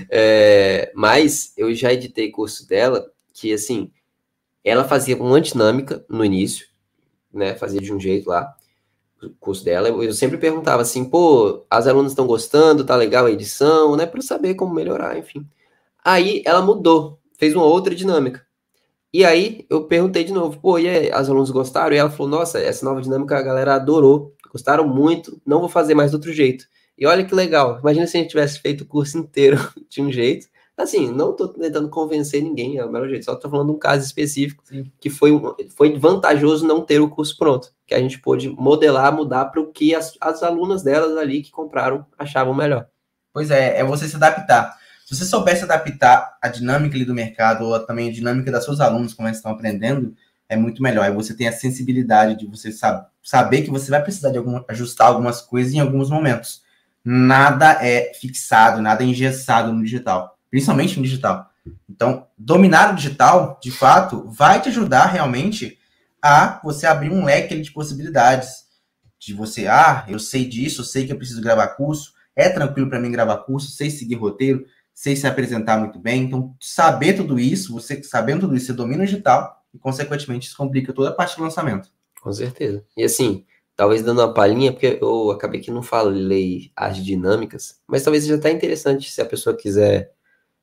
Mas eu já editei curso dela, que assim, ela fazia uma dinâmica no início, né? Fazia de um jeito lá, o curso dela. Eu sempre perguntava assim, pô, as alunas estão gostando, tá legal a edição, né? Para saber como melhorar, enfim. Aí ela mudou, fez uma outra dinâmica. E aí eu perguntei de novo, pô, e aí, as alunas gostaram? E ela falou, nossa, essa nova dinâmica a galera adorou, gostaram muito, não vou fazer mais do outro jeito. E olha que legal, imagina se a gente tivesse feito o curso inteiro de um jeito. Assim, não tô tentando convencer ninguém, é o melhor jeito, só tô falando de um caso específico. Sim. Que foi vantajoso não ter o curso pronto, que a gente pôde modelar, mudar para o que as alunas delas ali que compraram achavam melhor. Pois é você se adaptar. Se você souber se adaptar à dinâmica ali do mercado, ou também a dinâmica das seus alunos, como eles estão aprendendo, é muito melhor. Aí você tem a sensibilidade de você saber que você vai precisar de ajustar algumas coisas em alguns momentos. Nada é fixado, nada é engessado no digital, principalmente no digital. Então, dominar o digital, de fato, vai te ajudar realmente a você abrir um leque de possibilidades. De você, eu sei disso, eu sei que eu preciso gravar curso, é tranquilo para mim gravar curso, sei seguir roteiro, sei se apresentar muito bem. Então, saber tudo isso, você sabendo tudo isso, você domina o digital e, consequentemente, isso complica toda a parte do lançamento. Com certeza. E assim, talvez dando uma palhinha, porque eu acabei que não falei as dinâmicas, mas talvez já tá interessante se a pessoa quiser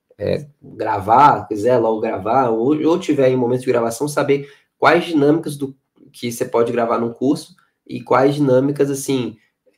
gravar, quiser logo gravar, ou tiver em momento de gravação, saber quais dinâmicas que você pode gravar no curso e quais dinâmicas, assim,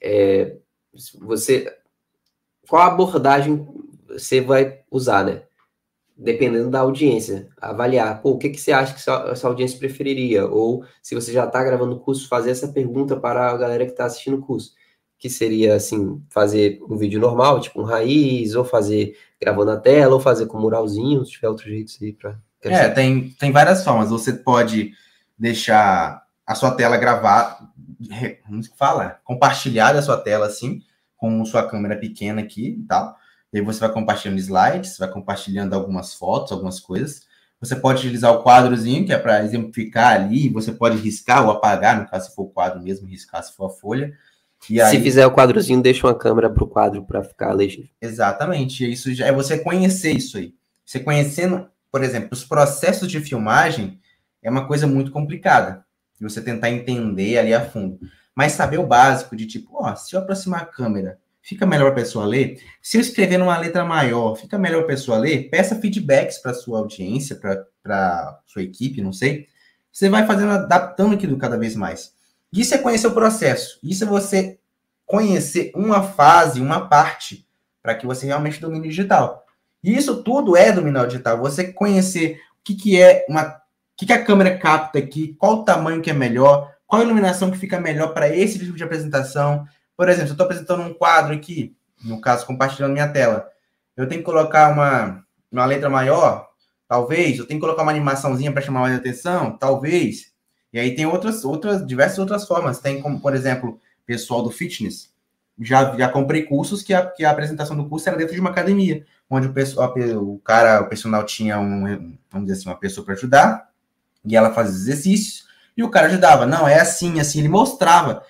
qual abordagem você vai usar, né? Dependendo da audiência, avaliar, pô, o que você acha que essa audiência preferiria? Ou, se você já está gravando o curso, fazer essa pergunta para a galera que está assistindo o curso, que seria, assim, fazer um vídeo normal, tipo um raiz, ou fazer gravando a tela, ou fazer com muralzinho, se tiver outro jeito aí para... Tem várias formas. Você pode deixar a sua tela gravar, como se fala? Compartilhar a sua tela, assim, com sua câmera pequena aqui e tal. E aí você vai compartilhando slides, vai compartilhando algumas fotos, algumas coisas. Você pode utilizar o quadrozinho, que é para exemplificar ali. Você pode riscar ou apagar, no caso, se for o quadro mesmo, riscar se for a folha. E se fizer o quadrozinho, deixa uma câmera para o quadro para ficar legível. Exatamente. E isso já é você conhecer isso aí. Você conhecendo, por exemplo, os processos de filmagem é uma coisa muito complicada. De você tentar entender ali a fundo. Mas saber o básico de tipo, se eu aproximar a câmera, fica melhor a pessoa ler? Se eu escrever numa letra maior, fica melhor a pessoa ler? Peça feedbacks para sua audiência, para sua equipe, não sei. Você vai fazendo, adaptando aquilo cada vez mais. Isso é conhecer o processo. Isso é você conhecer uma fase, uma parte, para que você realmente domine o digital. E isso tudo é dominar o digital. Você conhecer o que a câmera capta aqui, qual o tamanho que é melhor, qual a iluminação que fica melhor para esse tipo de apresentação. Por exemplo, se eu estou apresentando um quadro aqui, no caso, compartilhando minha tela, eu tenho que colocar uma letra maior, talvez. Eu tenho que colocar uma animaçãozinha para chamar mais atenção, talvez. E aí tem diversas outras formas. Tem como, por exemplo, pessoal do fitness. Já comprei cursos que a apresentação do curso era dentro de uma academia, onde o personal tinha vamos dizer assim, uma pessoa para ajudar, e ela fazia exercícios, e o cara ajudava. Não, é assim, ele mostrava.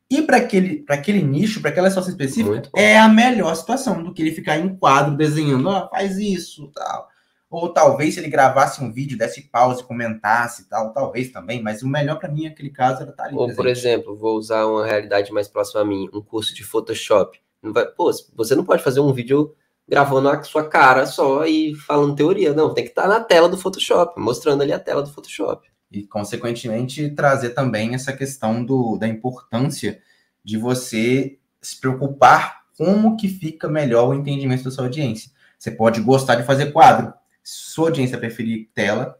E para aquele nicho, para aquela situação específica, Muito bom. é a melhor situação do que ele ficar em quadro desenhando, faz isso, tal. Ou talvez se ele gravasse um vídeo, desse pause, comentasse, tal, talvez também, mas o melhor para mim naquele caso era estar ali Ou, presente. por exemplo, vou usar uma realidade mais próxima a mim, um curso de Photoshop. Você não pode fazer um vídeo gravando a sua cara só e falando teoria. Não, tem que estar na tela do Photoshop, mostrando ali a tela do Photoshop. E, consequentemente, trazer também essa questão da importância de você se preocupar como que fica melhor o entendimento da sua audiência. Você pode gostar de fazer quadro. Se sua audiência preferir tela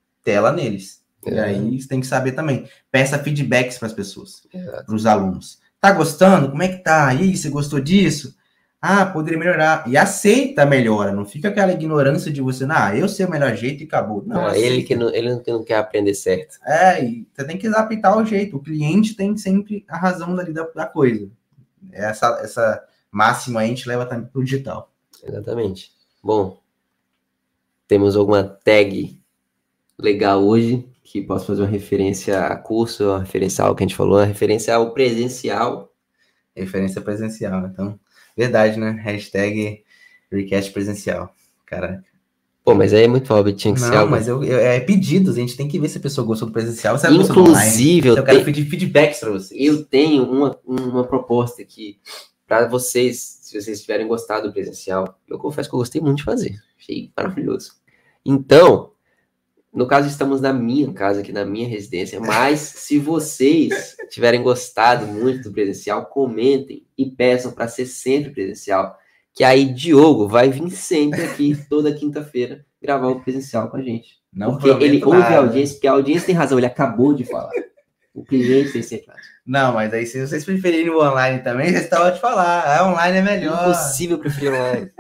neles. E aí você tem que saber também. Peça feedbacks para as pessoas, para os alunos. Tá gostando? Como é que tá? E aí, você gostou disso? Poderia melhorar. E aceita a melhora. Não fica aquela ignorância de você, eu sei o melhor jeito e acabou. Não, ele que não quer aprender certo. E você tem que adaptar o jeito. O cliente tem sempre a razão dali da coisa. Essa máxima a gente leva também para o digital. Exatamente. Bom, temos alguma tag legal hoje que possa fazer uma referência a curso, uma referência ao que a gente falou, uma referência ao presencial. Referência presencial. Então, verdade, né? Hashtag Recast presencial. Caraca. Pô, mas aí é muito óbvio, tinha que ser algo... Não, mas é pedidos, a gente tem que ver se a pessoa gostou do presencial. Se Inclusive, eu quero pedir feedbacks para vocês. Eu tenho uma proposta aqui para vocês, se vocês tiverem gostado do presencial. Eu confesso que eu gostei muito de fazer. Achei maravilhoso. Então, no caso, estamos na minha casa, aqui na minha residência, mas se vocês tiverem gostado muito do presencial, comentem e peçam para ser sempre presencial. Que aí Diogo vai vir sempre aqui, toda quinta-feira, gravar o presencial com a gente. Não porque ele ouve a audiência, porque a audiência tem razão, ele acabou de falar. O cliente tem sempre razão. Não, mas aí se vocês preferirem o online também, vocês estavam de falar, online é melhor. Impossível preferir online.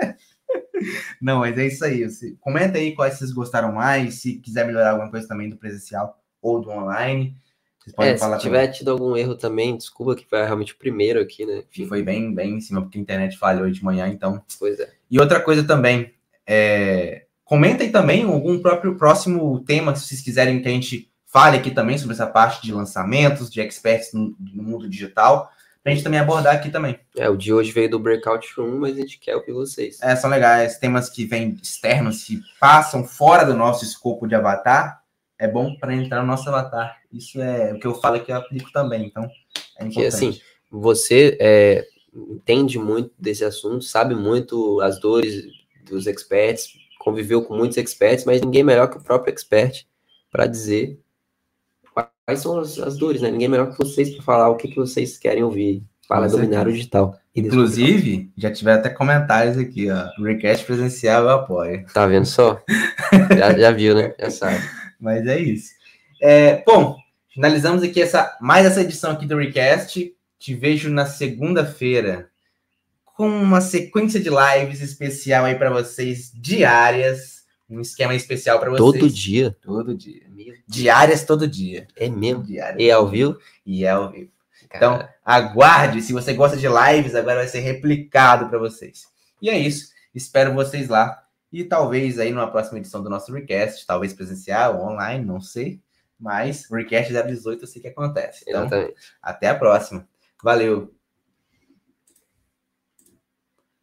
Não, mas é isso aí. Comenta aí quais vocês gostaram mais, se quiser melhorar alguma coisa também do presencial ou do online. Vocês podem falar se tiver tido algum erro também, desculpa que foi realmente o primeiro aqui, né? Que foi bem em cima, porque a internet falhou de manhã, então. Pois é. E outra coisa também, comentem também algum próximo tema, se vocês quiserem que a gente fale aqui também sobre essa parte de lançamentos, de experts no mundo digital, pra gente também abordar aqui também. O de hoje veio do Breakout Room, mas a gente quer ouvir vocês. São legais, temas que vêm externos, que passam fora do nosso escopo de avatar, é bom para entrar no nosso avatar. Isso é o que eu falo que eu aplico também, então é importante. Que assim, você entende muito desse assunto, sabe muito as dores dos experts, conviveu com muitos experts, mas ninguém melhor que o próprio expert para dizer quais são as dores, né? Ninguém melhor que vocês para falar o que vocês querem ouvir para dominar o digital. Inclusive, já tiveram até comentários aqui, ó. O Recast presencial eu apoio. Tá vendo só? já viu, né? Já sabe. Mas é isso. Bom, finalizamos aqui mais essa edição aqui do Recast. Te vejo na segunda-feira com uma sequência de lives especial aí para vocês, diárias. Um esquema especial para vocês. Todo dia? Todo dia. Diárias todo dia. É mesmo? Diárias. E é ao vivo? E é ao vivo. Então, aguarde. Se você gosta de lives, agora vai ser replicado para vocês. E é isso. Espero vocês lá. E talvez aí numa próxima edição do nosso Recast, talvez presencial, online, não sei. Mas o Recast 018 eu sei que acontece. Então, exatamente. Até a próxima. Valeu!